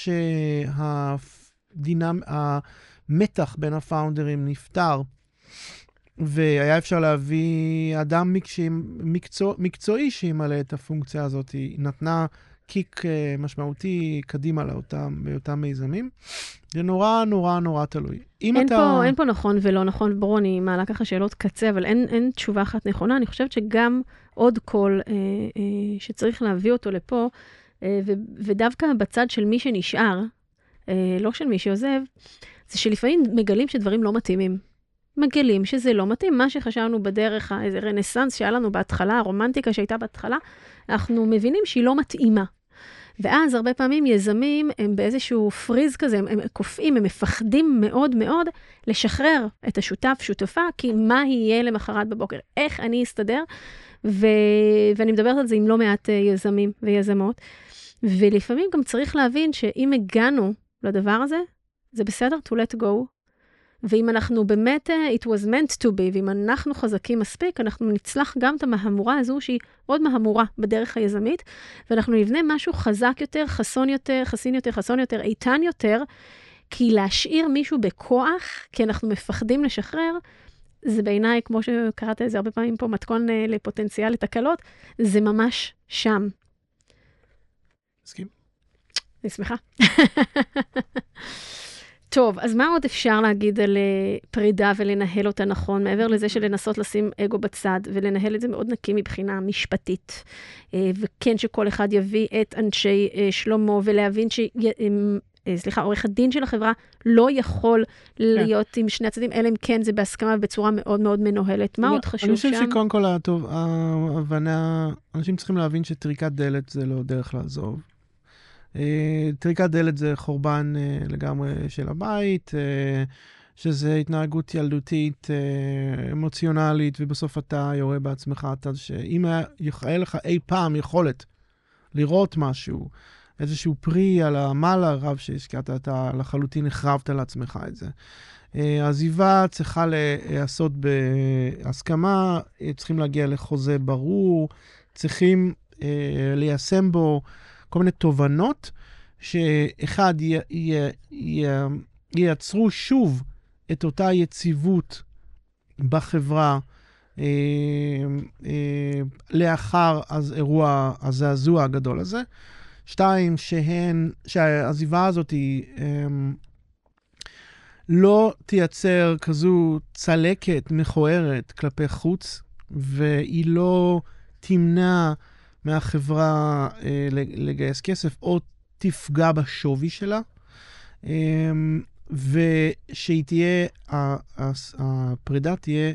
שהמתח בין הפאונדרים נפטר, והיה אפשר להביא אדם מקצוע, מקצועי שימלא את הפונקציה הזאת, היא נתנה קיק משמעותי קדימה לאותם, באותם מיזמים. זה נורא, נורא, נורא תלוי.
אין, אתה... פה, אין פה נכון ולא נכון, ברור, אני מעלה ככה שאלות קצה, אבל אין, אין תשובה אחת נכונה. אני חושבת שגם עוד קול אה, אה, שצריך להביא אותו לפה, אה, ו, ודווקא בצד של מי שנשאר, אה, לא של מי שעוזב, זה שלפעמים מגלים שדברים לא מתאימים. מגלים שזה לא מתאים. מה שחשבנו בדרך, איזה רנסנס שהיה לנו בהתחלה, הרומנטיקה שהייתה בהתחלה, אנחנו מבינים שהיא לא מתאימה. ואז הרבה פעמים יזמים הם באיזשהו פריז כזה, הם, הם קופאים, הם מפחדים מאוד מאוד לשחרר את השותף, שותפה, כי מה יהיה למחרת בבוקר? איך אני אסתדר? ו... ואני מדברת על זה עם לא מעט יזמים ויזמות. ולפעמים גם צריך להבין שאם הגענו לדבר הזה, זה בסדר, to let go. ואם אנחנו באמת, it was meant to be, ואם אנחנו חזקים מספיק, אנחנו נצלח גם את המהמורה הזו, שהיא עוד מהמורה בדרך היזמית, ואנחנו נבנה משהו חזק יותר, חסון יותר, חסין יותר, חסון יותר, איתן יותר, כי להשאיר מישהו בכוח, כי אנחנו מפחדים לשחרר, זה בעיניי, כמו שקראת את זה הרבה פעמים פה, מתכון לפוטנציאל לתקלות, זה ממש שם.
מסכים?
אני שמחה. טוב, אז מה עוד אפשר להגיד על פרידה ולנהל אותה נכון, מעבר לזה שלנסות לשים אגו בצד, ולנהל את זה מאוד נקי מבחינה משפטית, וכן שכל אחד יביא את אנשי שלמה, ולהבין סליחה, עורך הדין של החברה לא יכול להיות עם שני הצדדים, אלא אם כן זה בהסכמה בצורה מאוד מאוד מנוהלת. מה עוד חשוב שם?
אני חושב שקודם כל, ההבנה, אנשים צריכים להבין שטריקת דלת זה לא דרך לעזוב. טריקת דלת זה חורבן לגמרי של הבית, שזה התנהגות ילדותית, אמוציונלית, ובסוף אתה יורה בעצמך, אתה שאם היה לך אי פעם יכולת לראות משהו, איזשהו פרי על המעל הרב שהשקעת, אתה לחלוטין החרבת לעצמך את זה. העזיבה צריכה לעשות בהסכמה, צריכים להגיע לחוזה ברור, צריכים ליישם בו כל מיני תובנות, שאחד ייצרו שוב את אותה יציבות בחברה, לאחר אירוע הזעזוע הגדול הזה. שתיים, שהן, שהעזיבה הזאת היא לא תייצר כזו צלקת מכוערת כלפי חוץ, והיא לא תמנע מהחברה לגייס כסף, או תפגע בשווי שלה, ושהיא תהיה, הפרידה תהיה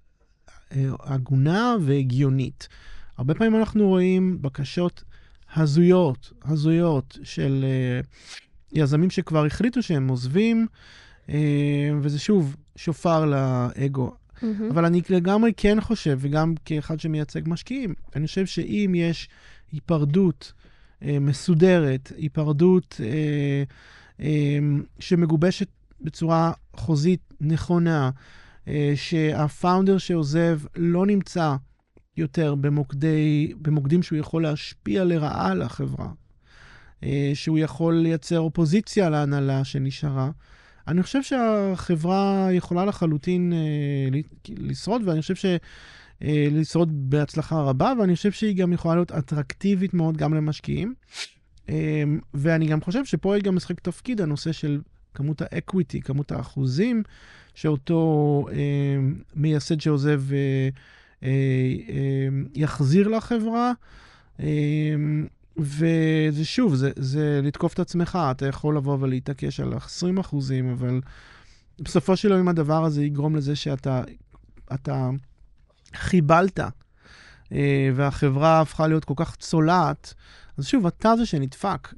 הגונה והגיונית. הרבה פעמים אנחנו רואים בקשות הזויות, הזויות של יזמים שכבר החליטו שהם עוזבים, וזה שוב שופר לאגו. Mm-hmm. אבל אני לגמרי כן חושב, וגם כאחד שמייצג משקיעים, אני חושב שאם יש היפרדות אה, מסודרת, היפרדות אה, אה, שמגובשת בצורה חוזית נכונה, אה, שהפאונדר שעוזב לא נמצא יותר במוקדי, במוקדים שהוא יכול להשפיע לרעה על החברה, אה, שהוא יכול לייצר אופוזיציה להנהלה שנשארה, אני חושב שהחברה יכולה לחלוטין אה, לשרוד, ואני חושב שלשרוד אה, בהצלחה רבה, ואני חושב שהיא גם יכולה להיות אטרקטיבית מאוד גם למשקיעים. אה, ואני גם חושב שפה היא גם משחק תפקיד, הנושא של כמות האקוויטי, כמות האחוזים, שאותו אה, מייסד שעוזב אה, אה, אה, יחזיר לחברה, אה, וזה שוב, זה, זה לתקוף את עצמך, אתה יכול לבוא ולהתעקש על עשרים אחוזים, אבל בסופו של יום הדבר הזה יגרום לזה שאתה אתה חיבלת, והחברה הפכה להיות כל כך צולעת, אז שוב, אתה זה שנדפק.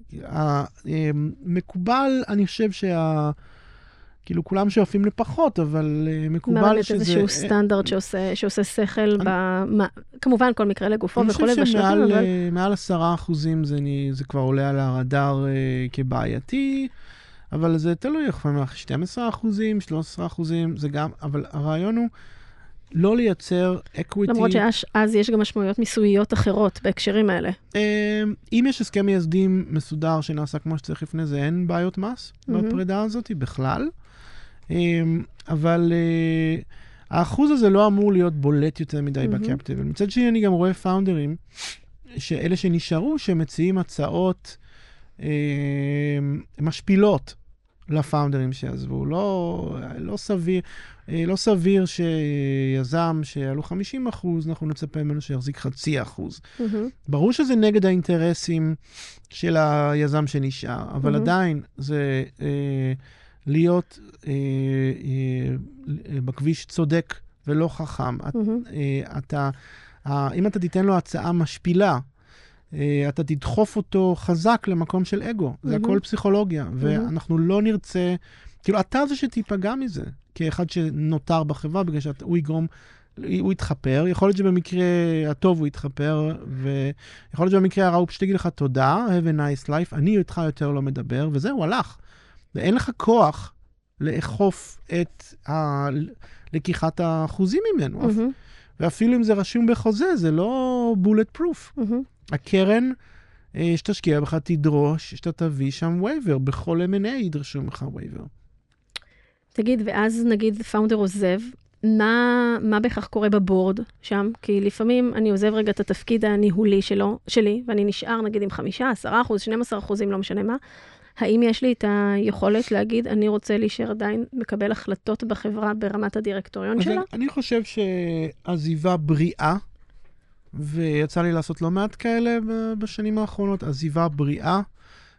מקובל, אני חושב שה... כאילו, כולם שואפים לפחות, אבל מקובל
שזה...
שזה...
איזשהו סטנדרט שעושה, שעושה שכל, אני... ב... כמובן, כל מקרה לגופו וכו'
בשלבים, אבל... אני חושב שמעל עשרה אחוזים זה, זה כבר עולה על הרדאר uh, כבעייתי, אבל זה תלוי, יכולים שנים עשר אחוזים, שלושה עשר אחוזים, זה גם... אבל הרעיון הוא לא לייצר אקוויטי...
למרות שאז יש גם משמעויות מיסויות אחרות בהקשרים האלה.
אם יש הסכם מייסדים מסודר שנעשה כמו שצריך לפני זה, אין בעיות מס mm-hmm. בפרידה הזאת בכלל. אבל uh, האחוז הזה לא אמור להיות בולט יותר מדי mm-hmm. בקפיטל. מצד שני, אני גם רואה פאונדרים, שאלה שנשארו, שמציעים הצעות uh, משפילות לפאונדרים שעזבו. לא, לא סביר, uh, לא סביר שיזם שעלו חמישים אחוז, אנחנו נצפה ממנו שיחזיק חצי אחוז. Mm-hmm. ברור שזה נגד האינטרסים של היזם שנשאר, אבל mm-hmm. עדיין זה... Uh, להיות אה, אה, בכביש צודק ולא חכם. Mm-hmm. את, אה, אתה, אה, אם אתה תיתן לו הצעה משפילה, אה, אתה תדחוף אותו חזק למקום של אגו. Mm-hmm. זה הכל פסיכולוגיה, mm-hmm. ואנחנו לא נרצה, כאילו, אתה זה שתיפגע מזה, כאחד שנותר בחברה, בגלל שהוא יגרום, הוא יתחפר, יכול להיות שבמקרה הטוב הוא יתחפר, ויכול להיות שבמקרה הרע הוא פשוט יגיד לך תודה, have a nice life, אני איתך יותר לא מדבר, וזהו, הלך. ואין לך כוח לאכוף את ה... לקיחת האחוזים ממנו. Mm-hmm. ואפילו אם זה רשום בחוזה, זה לא bullet proof. Mm-hmm. הקרן שתשקיע בך תדרוש, שאתה תביא שם waiver. בכל M and A ידרשו לך waiver.
תגיד, ואז נגיד פאונדר עוזב, מה, מה בכך קורה בבורד שם? כי לפעמים אני עוזב רגע את התפקיד הניהולי שלו, שלי, ואני נשאר נגיד עם חמישה, עשרה אחוז, שנים עשר אחוזים, לא משנה מה. האם יש לי את היכולת להגיד, אני רוצה להישאר עדיין מקבל החלטות בחברה ברמת הדירקטוריון שלה?
אני חושב שעזיבה בריאה, ויצא לי לעשות לא מעט כאלה בשנים האחרונות, עזיבה בריאה,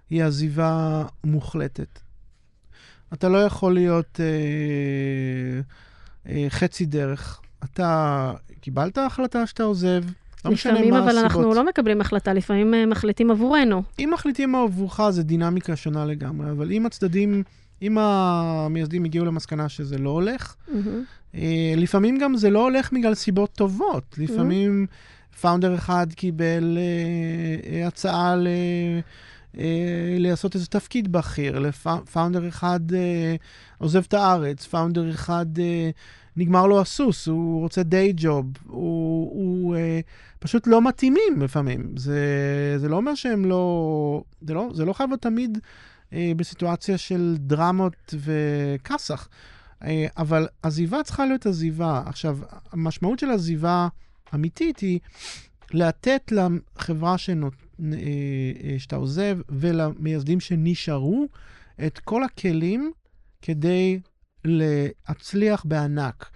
היא עזיבה מוחלטת. אתה לא יכול להיות אה, אה, חצי דרך. אתה קיבלת החלטה שאתה עוזב, לא משנה מה הסיבות.
לפעמים, אבל אנחנו לא מקבלים החלטה, לפעמים מחליטים עבורנו.
אם מחליטים עבורך, זה דינמיקה שונה לגמרי, אבל אם הצדדים, אם המייסדים הגיעו למסקנה שזה לא הולך, mm-hmm. לפעמים גם זה לא הולך בגלל סיבות טובות. לפעמים mm-hmm. פאונדר אחד קיבל אה, הצעה ל... אה, לעשות איזה תפקיד בכיר, לפאונדר אחד אה, עוזב את הארץ, פאונדר אחד אה, נגמר לו הסוס, הוא רוצה דיי ג'וב, הוא, הוא אה, פשוט לא מתאימים לפעמים. זה, זה לא אומר שהם לא, זה לא, זה לא חייב להיות תמיד אה, בסיטואציה של דרמות וכסח, אה, אבל עזיבה צריכה להיות עזיבה. עכשיו, המשמעות של עזיבה אמיתית היא לתת לחברה שנות, אה, שאתה עוזב ולמייסדים שנשארו את כל הכלים כדי להצליח בענק.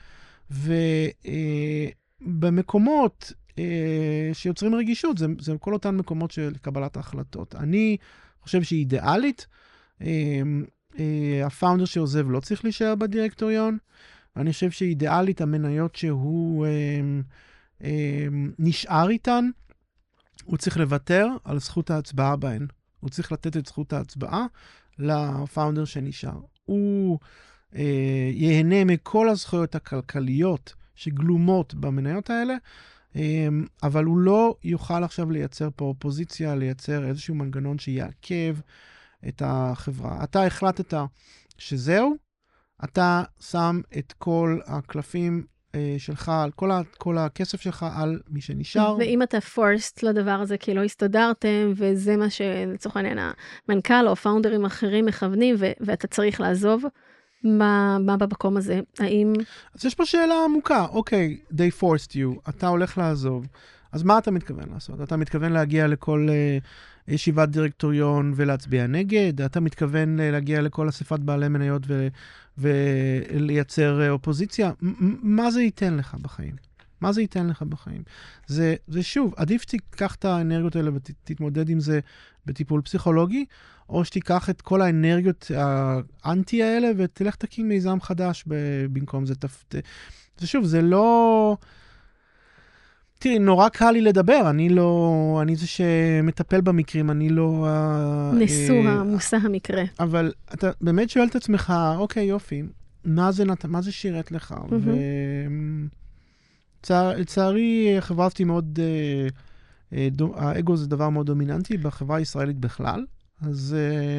ובמקומות אה, שיוצרים רגישות, זה, זה כל אותן מקומות של קבלת ההחלטות. אני חושב שהיא אידיאלית. אה, אה, הפאונדר שעוזב לא צריך להישאר בדירקטוריון. אני חושב שהיא אידיאלית, המניות שהוא אה, אה, נשאר איתן, הוא צריך לוותר על זכות ההצבעה בהן. הוא צריך לתת את זכות ההצבעה לפאונדר שנשאר. הוא אה, ייהנה מכל הזכויות הכלכליות שגלומות במניות האלה, אה, אבל הוא לא יוכל עכשיו לייצר פה אופוזיציה, לייצר איזשהו מנגנון שיעכב את החברה. אתה החלטת שזהו, אתה שם את כל הקלפים שלך, על כל, ה, כל הכסף שלך על מי שנשאר.
ואם אתה forced לדבר הזה כי לא הסתדרתם, וזה מה שלצורך העניין המנכ"ל או פאונדרים אחרים מכוונים, ו- ואתה צריך לעזוב, מה, מה במקום הזה? האם...
אז יש פה שאלה עמוקה. אוקיי, they forced you, אתה הולך לעזוב. אז מה אתה מתכוון לעשות? אתה מתכוון להגיע לכל uh, ישיבת דירקטוריון ולהצביע נגד? אתה מתכוון uh, להגיע לכל אספת בעלי מניות ו... ולייצר אופוזיציה? מה זה ייתן לך בחיים? מה זה ייתן לך בחיים? זה, זה שוב, עדיף שתיקח את האנרגיות האלה ותתמודד עם זה בטיפול פסיכולוגי, או שתיקח את כל האנרגיות האנטי האלה ותלך תקים מיזם חדש במקום זה. זה שוב, זה לא... תראי, נורא קל לי לדבר, אני לא, אני זה שמטפל במקרים, אני לא...
נשוא המושא המקרה.
אבל אתה באמת שואל את עצמך, אוקיי, יופי, מה זה, מה זה שירת לך? ולצערי, חברה הזאת מאוד, האגו זה דבר מאוד דומיננטי בחברה הישראלית בכלל, אז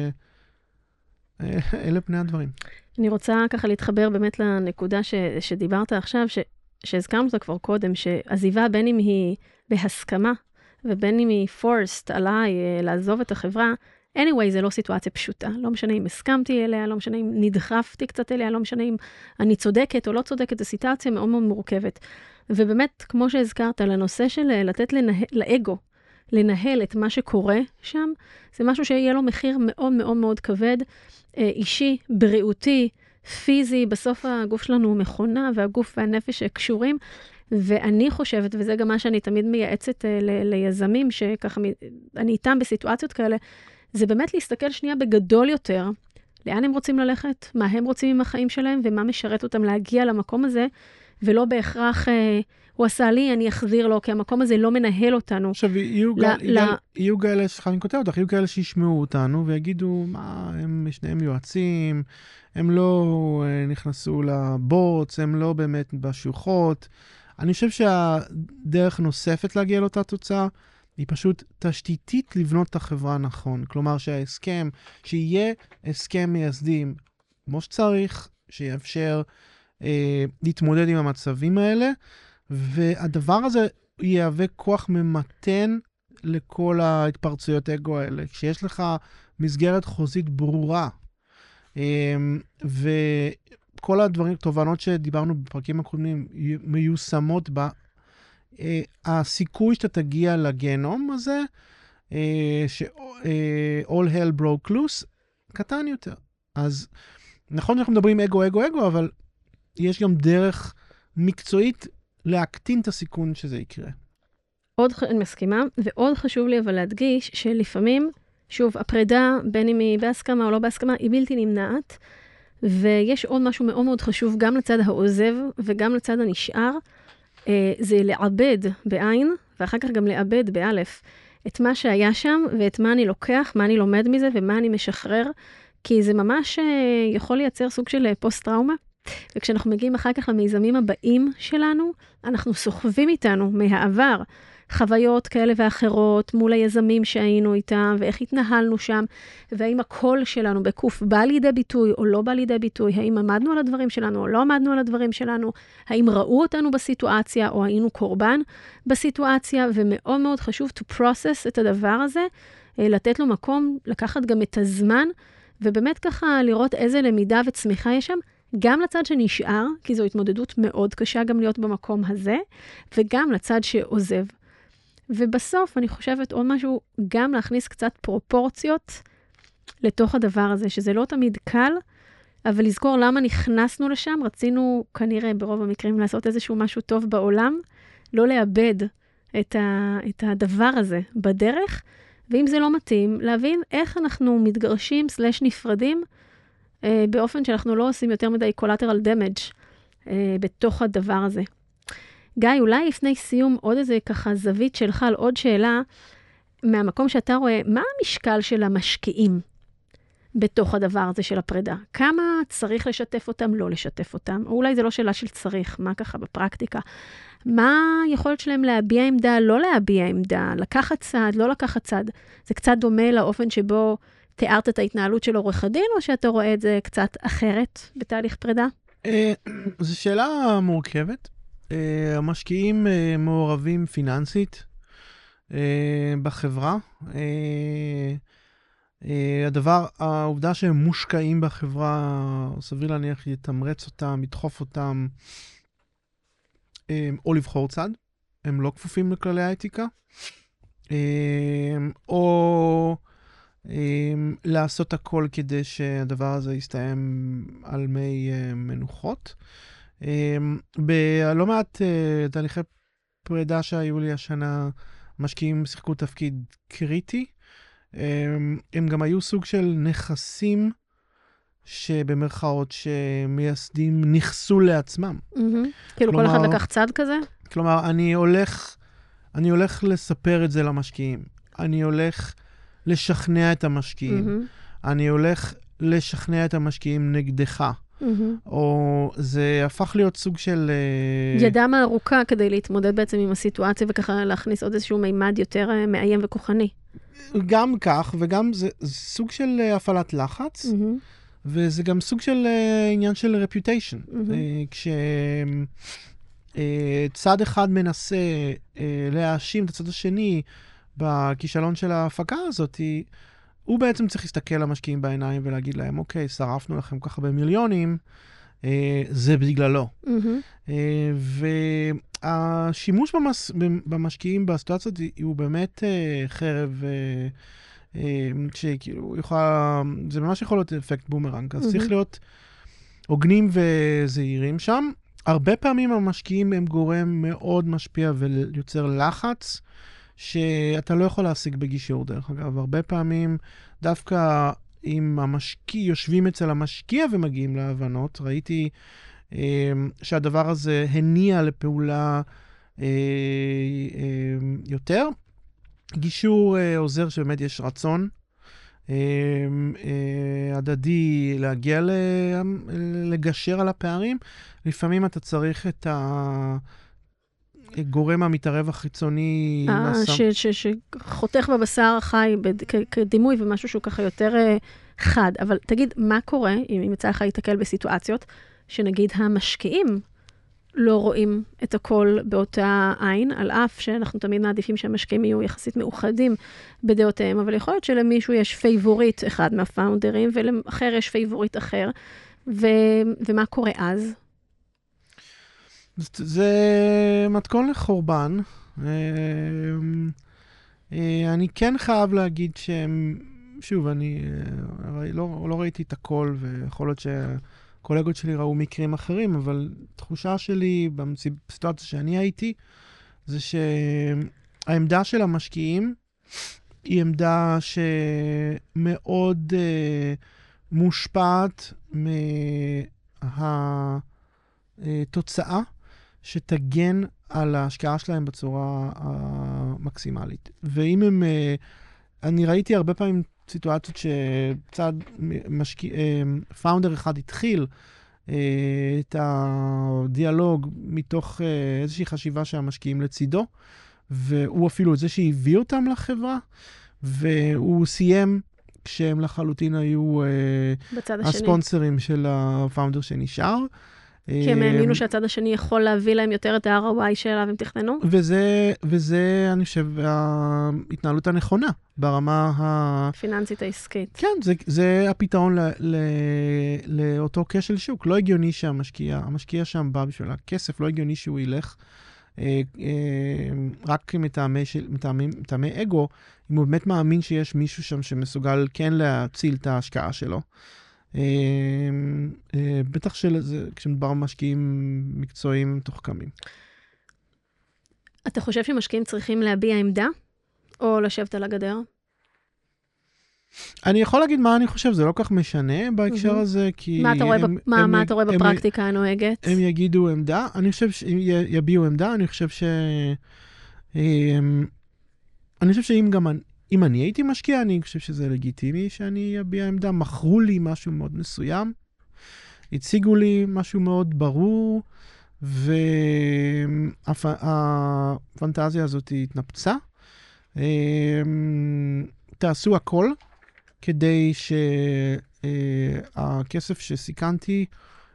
אלה פני הדברים.
אני רוצה ככה להתחבר באמת לנקודה שדיברת עכשיו, ש... שהזכרנו אותה כבר קודם, שעזיבה בין אם היא בהסכמה, ובין אם היא forced עליי לעזוב את החברה, anyway, זה לא סיטואציה פשוטה. לא משנה אם הסכמתי אליה, לא משנה אם נדחפתי קצת אליה, לא משנה אם אני צודקת או לא צודקת, זו סיטואציה מאוד מאוד מורכבת. ובאמת, כמו שהזכרת, לנושא של לתת לנה... לאגו, לנהל את מה שקורה שם, זה משהו שיהיה לו מחיר מאוד מאוד מאוד כבד, אישי, בריאותי, פיזי. בסוף הגוף שלנו הוא מכונה, והגוף והנפש קשורים, ואני חושבת, וזה גם מה שאני תמיד מייעצת ל- ליזמים, שככה אני איתם בסיטואציות כאלה, זה באמת להסתכל שנייה בגדול יותר, לאן הם רוצים ללכת, מה הם רוצים עם החיים שלהם, ומה משרת אותם להגיע למקום הזה, ולא בהכרח, אה, הוא עשה לי, אני אחזיר לו, כי המקום הזה לא מנהל אותנו.
עכשיו, יהיו, ל- גל, ל- יהיו כאלה, סליחה, אני כותב אותך, יהיו כאלה שישמעו אותנו, ויגידו, מה, הם שניהם יועצים, הם לא נכנסו לבוץ, הם לא באמת בשוחות. אני חושב שהדרך נוספת להגיע לאותה תוצאה, היא פשוט תשתיתית לבנות את החברה נכון. כלומר שההסכם, שיהיה הסכם מייסדים כמו שצריך, שיאפשר אה, להתמודד עם המצבים האלה, והדבר הזה יהווה כוח ממתן לכל ההתפרצויות אגו האלה. כשיש לך מסגרת חוזית ברורה, וכל הדברים, תובנות שדיברנו בפרקים הקודמים, מיושמות בה, הסיכוי שאתה תגיע לגנום הזה, ש-all hell broke loose, קטן יותר. אז נכון שאנחנו מדברים אגו, אגו, אגו, אבל יש גם דרך מקצועית להקטין את הסיכון שזה יקרה.
עוד, אני מסכימה, ועוד חשוב לי אבל להדגיש שלפעמים שוב, הפרידה, בין אם היא בהסכמה או לא בהסכמה, היא בלתי נמנעת, ויש עוד משהו מאוד מאוד חשוב, גם לצד העוזב וגם לצד הנשאר, זה לעבד בעין, ואחר כך גם לעבד באלף, את מה שהיה שם, ואת מה אני לוקח, מה אני לומד מזה, ומה אני משחרר, כי זה ממש יכול לייצר סוג של פוסט-טראומה, וכשאנחנו מגיעים אחר כך למיזמים הבאים שלנו, אנחנו סוחבים איתנו מהעבר, חוויות כאלה ואחרות, מול היזמים שהיינו איתם, ואיך התנהלנו שם, והאם הקול שלנו בקוף בא לידי ביטוי או לא בא לידי ביטוי, האם עמדנו על הדברים שלנו או לא עמדנו על הדברים שלנו, האם ראו אותנו בסיטואציה או היינו קורבן בסיטואציה, ומאוד מאוד חשוב to process את הדבר הזה, לתת לו מקום, לקחת גם את הזמן, ובאמת ככה לראות איזה למידה וצמיחה יש שם, גם לצד שנשאר, כי זו התמודדות מאוד קשה גם להיות במקום הזה, וגם לצד שעוזב. ובסוף אני חושבת עוד משהו, גם להכניס קצת פרופורציות לתוך הדבר הזה, שזה לא תמיד קל, אבל לזכור למה נכנסנו לשם, רצינו כנראה ברוב המקרים לעשות איזשהו משהו טוב בעולם, לא לאבד את, ה, את הדבר הזה בדרך, ואם זה לא מתאים, להבין איך אנחנו מתגרשים סלש נפרדים, אה, באופן שאנחנו לא עושים יותר מדי collateral damage אה, בתוך הדבר הזה. גיא, אולי לפני סיום עוד איזה ככה זווית שלך על עוד שאלה, מהמקום שאתה רואה, מה המשקל של המשקיעים בתוך הדבר הזה של הפרידה? כמה צריך לשתף אותם, לא לשתף אותם? או אולי זה לא שאלה של צריך, מה ככה בפרקטיקה? מה יכולת שלהם להביע עמדה, לא להביע עמדה, לקחת צד, לא לקחת צד? זה קצת דומה לאופן שבו תיארת את ההתנהלות של עורך הדין, או שאתה רואה את זה קצת אחרת בתהליך פרידה?
זו שאלה מורכבת. המשקיעים מעורבים פיננסית בחברה. הדבר, העובדה שהם מושקעים בחברה, סביר להניח יתמרץ אותם, ידחוף אותם, או לבחור צד. הם לא כפופים לכללי האתיקה. או לעשות הכל כדי שהדבר הזה יסתיים על מי מנוחות. בלא מעט תהליכי פרידה שהיו לי השנה, משקיעים שיחקו תפקיד קריטי. הם גם היו סוג של נכסים שבמרכאות שמייסדים נכסו לעצמם.
כאילו כל אחד לקח צד כזה?
כלומר, אני הולך, אני הולך לספר את זה למשקיעים. אני הולך לשכנע את המשקיעים. אני הולך לשכנע את המשקיעים נגדך. או זה הפך להיות סוג של
ידם הארוכה כדי להתמודד בעצם עם הסיטואציה, וככה להכניס עוד איזשהו מימד יותר מאיים וכוחני.
גם כך, וגם זה סוג של הפעלת לחץ, וזה גם סוג של עניין של reputation. כשצד אחד מנסה להאשים את הצד השני בכישלון של ההפקה הזאת, הוא בעצם צריך להסתכל למשקיעים בעיניים ולהגיד להם, אוקיי, שרפנו לכם ככה במיליונים, אה, זה בגללו. Mm-hmm. אה, והשימוש במס, במשקיעים בסיטואציה הוא באמת אה, חרב, אה, אה, שכאילו יכולה, זה ממש יכול להיות אפקט בומרנג, אז mm-hmm. צריך להיות הוגנים וזהירים שם. הרבה פעמים המשקיעים הם גורם מאוד משפיע ויוצר לחץ, שאתה לא יכול להשיג בגישור, דרך אגב. הרבה פעמים, דווקא אם המשקיע, יושבים אצל המשקיע ומגיעים להבנות, ראיתי אה, שהדבר הזה הניע לפעולה אה, אה, יותר. גישור אה, עוזר שבאמת יש רצון אה, אה, הדדי להגיע ל, לגשר על הפערים. לפעמים אתה צריך את ה... גורם המתערב החיצוני.
שחותך בבשר חי כדימוי ומשהו שהוא ככה יותר חד. אבל תגיד, מה קורה אם יצא לך להתקל בסיטואציות שנגיד המשקיעים לא רואים את הכל באותה עין, על אף שאנחנו תמיד מעדיפים שהמשקיעים יהיו יחסית מאוחדים בדעותיהם, אבל יכול להיות שלמישהו יש פייבוריט אחד מהפאונדרים, ולאחר יש פייבוריט אחר, ומה קורה אז?
זה מתכון לחורבן. אני כן חייב להגיד שהם, שוב, אני לא, לא ראיתי את הכל, ויכול להיות שהקולגות שלי ראו מקרים אחרים, אבל תחושה שלי בסיטואציה שאני הייתי, זה שהעמדה של המשקיעים היא עמדה שמאוד uh, מושפעת מהתוצאה שתגן על ההשקעה שלהם בצורה המקסימלית. ואם הם, uh, אני ראיתי הרבה פעמים סיטואציות שצד משקיע, uh, פאונדר אחד התחיל uh, את הדיאלוג מתוך uh, איזושהי חשיבה שהמשקיעים לצידו, והוא אפילו זה שהביא אותם לחברה, והוא סיים כשהם לחלוטין היו uh, הספונסרים של הפאונדר שנשאר.
כי הם האמינו שהצד השני יכול להביא להם יותר את ה-אר או איי שאליו הם תכננו?
וזה, וזה, אני חושב, ההתנהלות הנכונה ברמה ה...
פיננסית העסקית.
כן, זה, זה הפתרון ל, ל, לאותו כשל שוק. לא הגיוני שהמשקיע, המשקיע שם בא בשביל הכסף, לא הגיוני שהוא ילך אה, אה, רק מטעמי, של, מטעמי, מטעמי אגו, אם הוא באמת מאמין שיש מישהו שם שמסוגל כן להציל את ההשקעה שלו. בטח כשמדבר משקיעים מקצועיים תוחכמים.
אתה חושב שמשקיעים צריכים להביע עמדה או לשבת על הגדר?
אני יכול להגיד מה אני חושב, זה לא כך משנה בהקשר הזה, כי...
מה אתה רואה בפרקטיקה הנוהגת?
הם יגידו עמדה, אני חושב שהם יביעו עמדה, אני חושב ש... אני חושב שאם גם... אם אני הייתי משקיע, אני חושב שזה לגיטימי שאני אביע עמדה. מכרו לי משהו מאוד מסוים, הציגו לי משהו מאוד ברור, והפנטזיה הזאת התנפצה. תעשו הכל כדי שהכסף שסיכנתי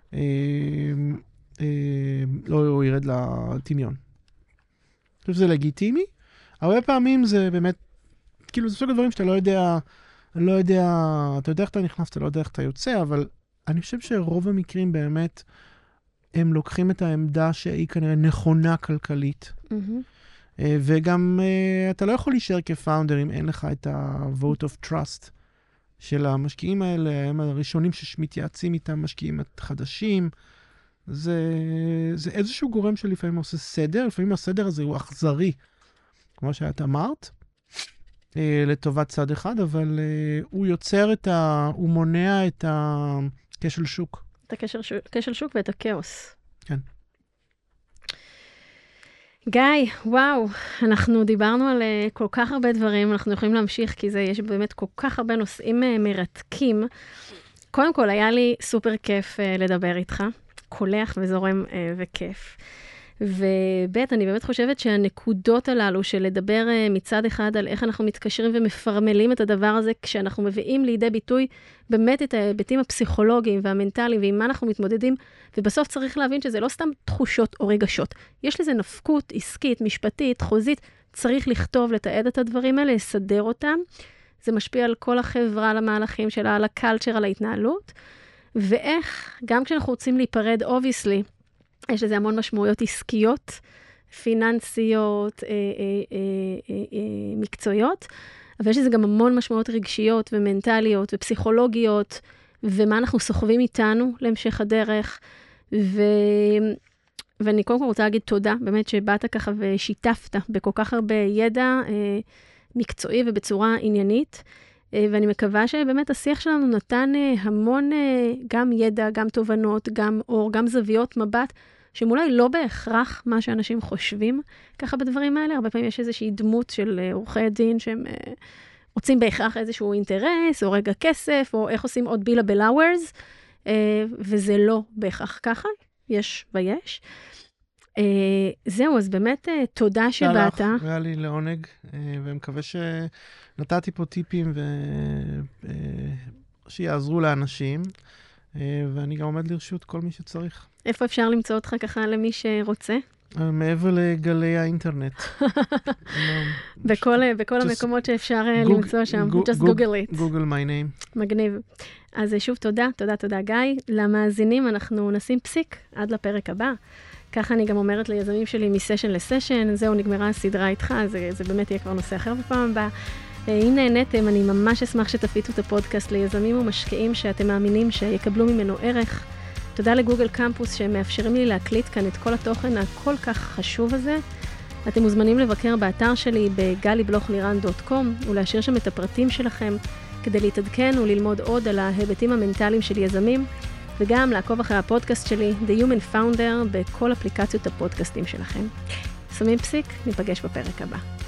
לא ירד לטמיון. אני חושב שזה לגיטימי. הרבה פעמים זה באמת כאילו, זה סוג הדברים שאתה לא יודע, לא יודע, אתה יודע איך אתה נכנס, אתה לא יודע איך אתה יוצא, אבל אני חושב שרוב המקרים באמת, הם לוקחים את העמדה שהיא כנראה נכונה כלכלית. Mm-hmm. וגם, אתה לא יכול להישאר כפאונדר אם אין לך את ה-vote of trust של המשקיעים האלה, הם הראשונים שמתייעצים איתם, משקיעים חדשים. זה, זה איזשהו גורם שלפעמים עושה סדר, לפעמים הסדר הזה הוא אכזרי, כמו שאת אמרת. לטובת צד אחד, אבל uh, הוא יוצר את ה... הוא מונע את הכשל שוק.
את הכשל שוק, כשל שוק ואת הכאוס.
כן.
גיא, וואו, אנחנו דיברנו על uh, כל כך הרבה דברים, אנחנו יכולים להמשיך, כי זה, יש באמת כל כך הרבה נושאים uh, מרתקים. קודם כל, היה לי סופר כיף uh, לדבר איתך, קולח וזורם uh, וכיף. ובית, אני באמת חושבת שהנקודות הללו של לדבר מצד אחד על איך אנחנו מתקשרים ומפרמלים את הדבר הזה, כשאנחנו מביאים לידי ביטוי באמת את ההיבטים הפסיכולוגיים והמנטליים, ועם מה אנחנו מתמודדים, ובסוף צריך להבין שזה לא סתם תחושות או רגשות. יש לזה נפקות עסקית, משפטית, חוזית, צריך לכתוב, לתעד את הדברים האלה, לסדר אותם. זה משפיע על כל החברה, על המהלכים שלה, על הקלצ'ר, על ההתנהלות. ואיך, גם כשאנחנו רוצים להיפרד, obviously, יש לזה המון משמעויות עסקיות, פיננסיות, אה, אה, אה, אה, אה, מקצועיות, אבל יש לזה גם המון משמעויות רגשיות ומנטליות ופסיכולוגיות, ומה אנחנו סוחבים איתנו להמשך הדרך. ו... ואני קודם כל רוצה להגיד תודה, באמת שבאת ככה ושיתפת בכל כך הרבה ידע אה, מקצועי ובצורה עניינית, אה, ואני מקווה שבאמת השיח שלנו נתן אה, המון אה, גם ידע, גם תובנות, גם אור, גם זוויות מבט, שהם אולי לא בהכרח מה שאנשים חושבים ככה בדברים האלה. הרבה פעמים יש איזושהי דמות של אה, עורכי דין שהם אה, רוצים בהכרח איזשהו אינטרס, או רגע כסף, או איך עושים עוד בילה בלאוורס, אה, וזה לא בהכרח ככה, יש ויש. Uh, זהו, אז באמת uh, תודה שבאת.
היה לי לעונג, uh, ומקווה שנתתי פה טיפים ו... uh, שיעזרו לאנשים, uh, ואני גם עומד לרשות כל מי שצריך.
איפה אפשר למצוא אותך ככה למי שרוצה?
Uh, מעבר לגלי האינטרנט.
בכל, בכל המקומות שאפשר uh, למצוא שם, just google it.
Google my name.
מגניב. אז שוב תודה, תודה, תודה גיא. למאזינים אנחנו נשים פסיק עד לפרק הבא. ככה אני גם אומרת ליזמים שלי מסשן לסשן, זהו, נגמרה הסדרה איתך, זה, זה באמת יהיה כבר נושא אחר בפעם הבאה. אם נהניתם, אני ממש אשמח שתפיצו את הפודקאסט ליזמים ומשקיעים שאתם מאמינים שיקבלו ממנו ערך. תודה לגוגל קמפוס שהם מאפשרים לי להקליט כאן את כל התוכן הכל כך חשוב הזה, אתם מוזמנים לבקר באתר שלי ב-גלי בלוך לירן דוט קום ולהשאיר שם את הפרטים שלכם כדי להתעדכן וללמוד עוד על ההיבטים המנטליים של יזמים, וגם לעקוב אחרי הפודקאסט שלי, The Human Founder, בכל אפליקציות הפודקאסטים שלכם. שמים פסיק, ניפגש בפרק הבא.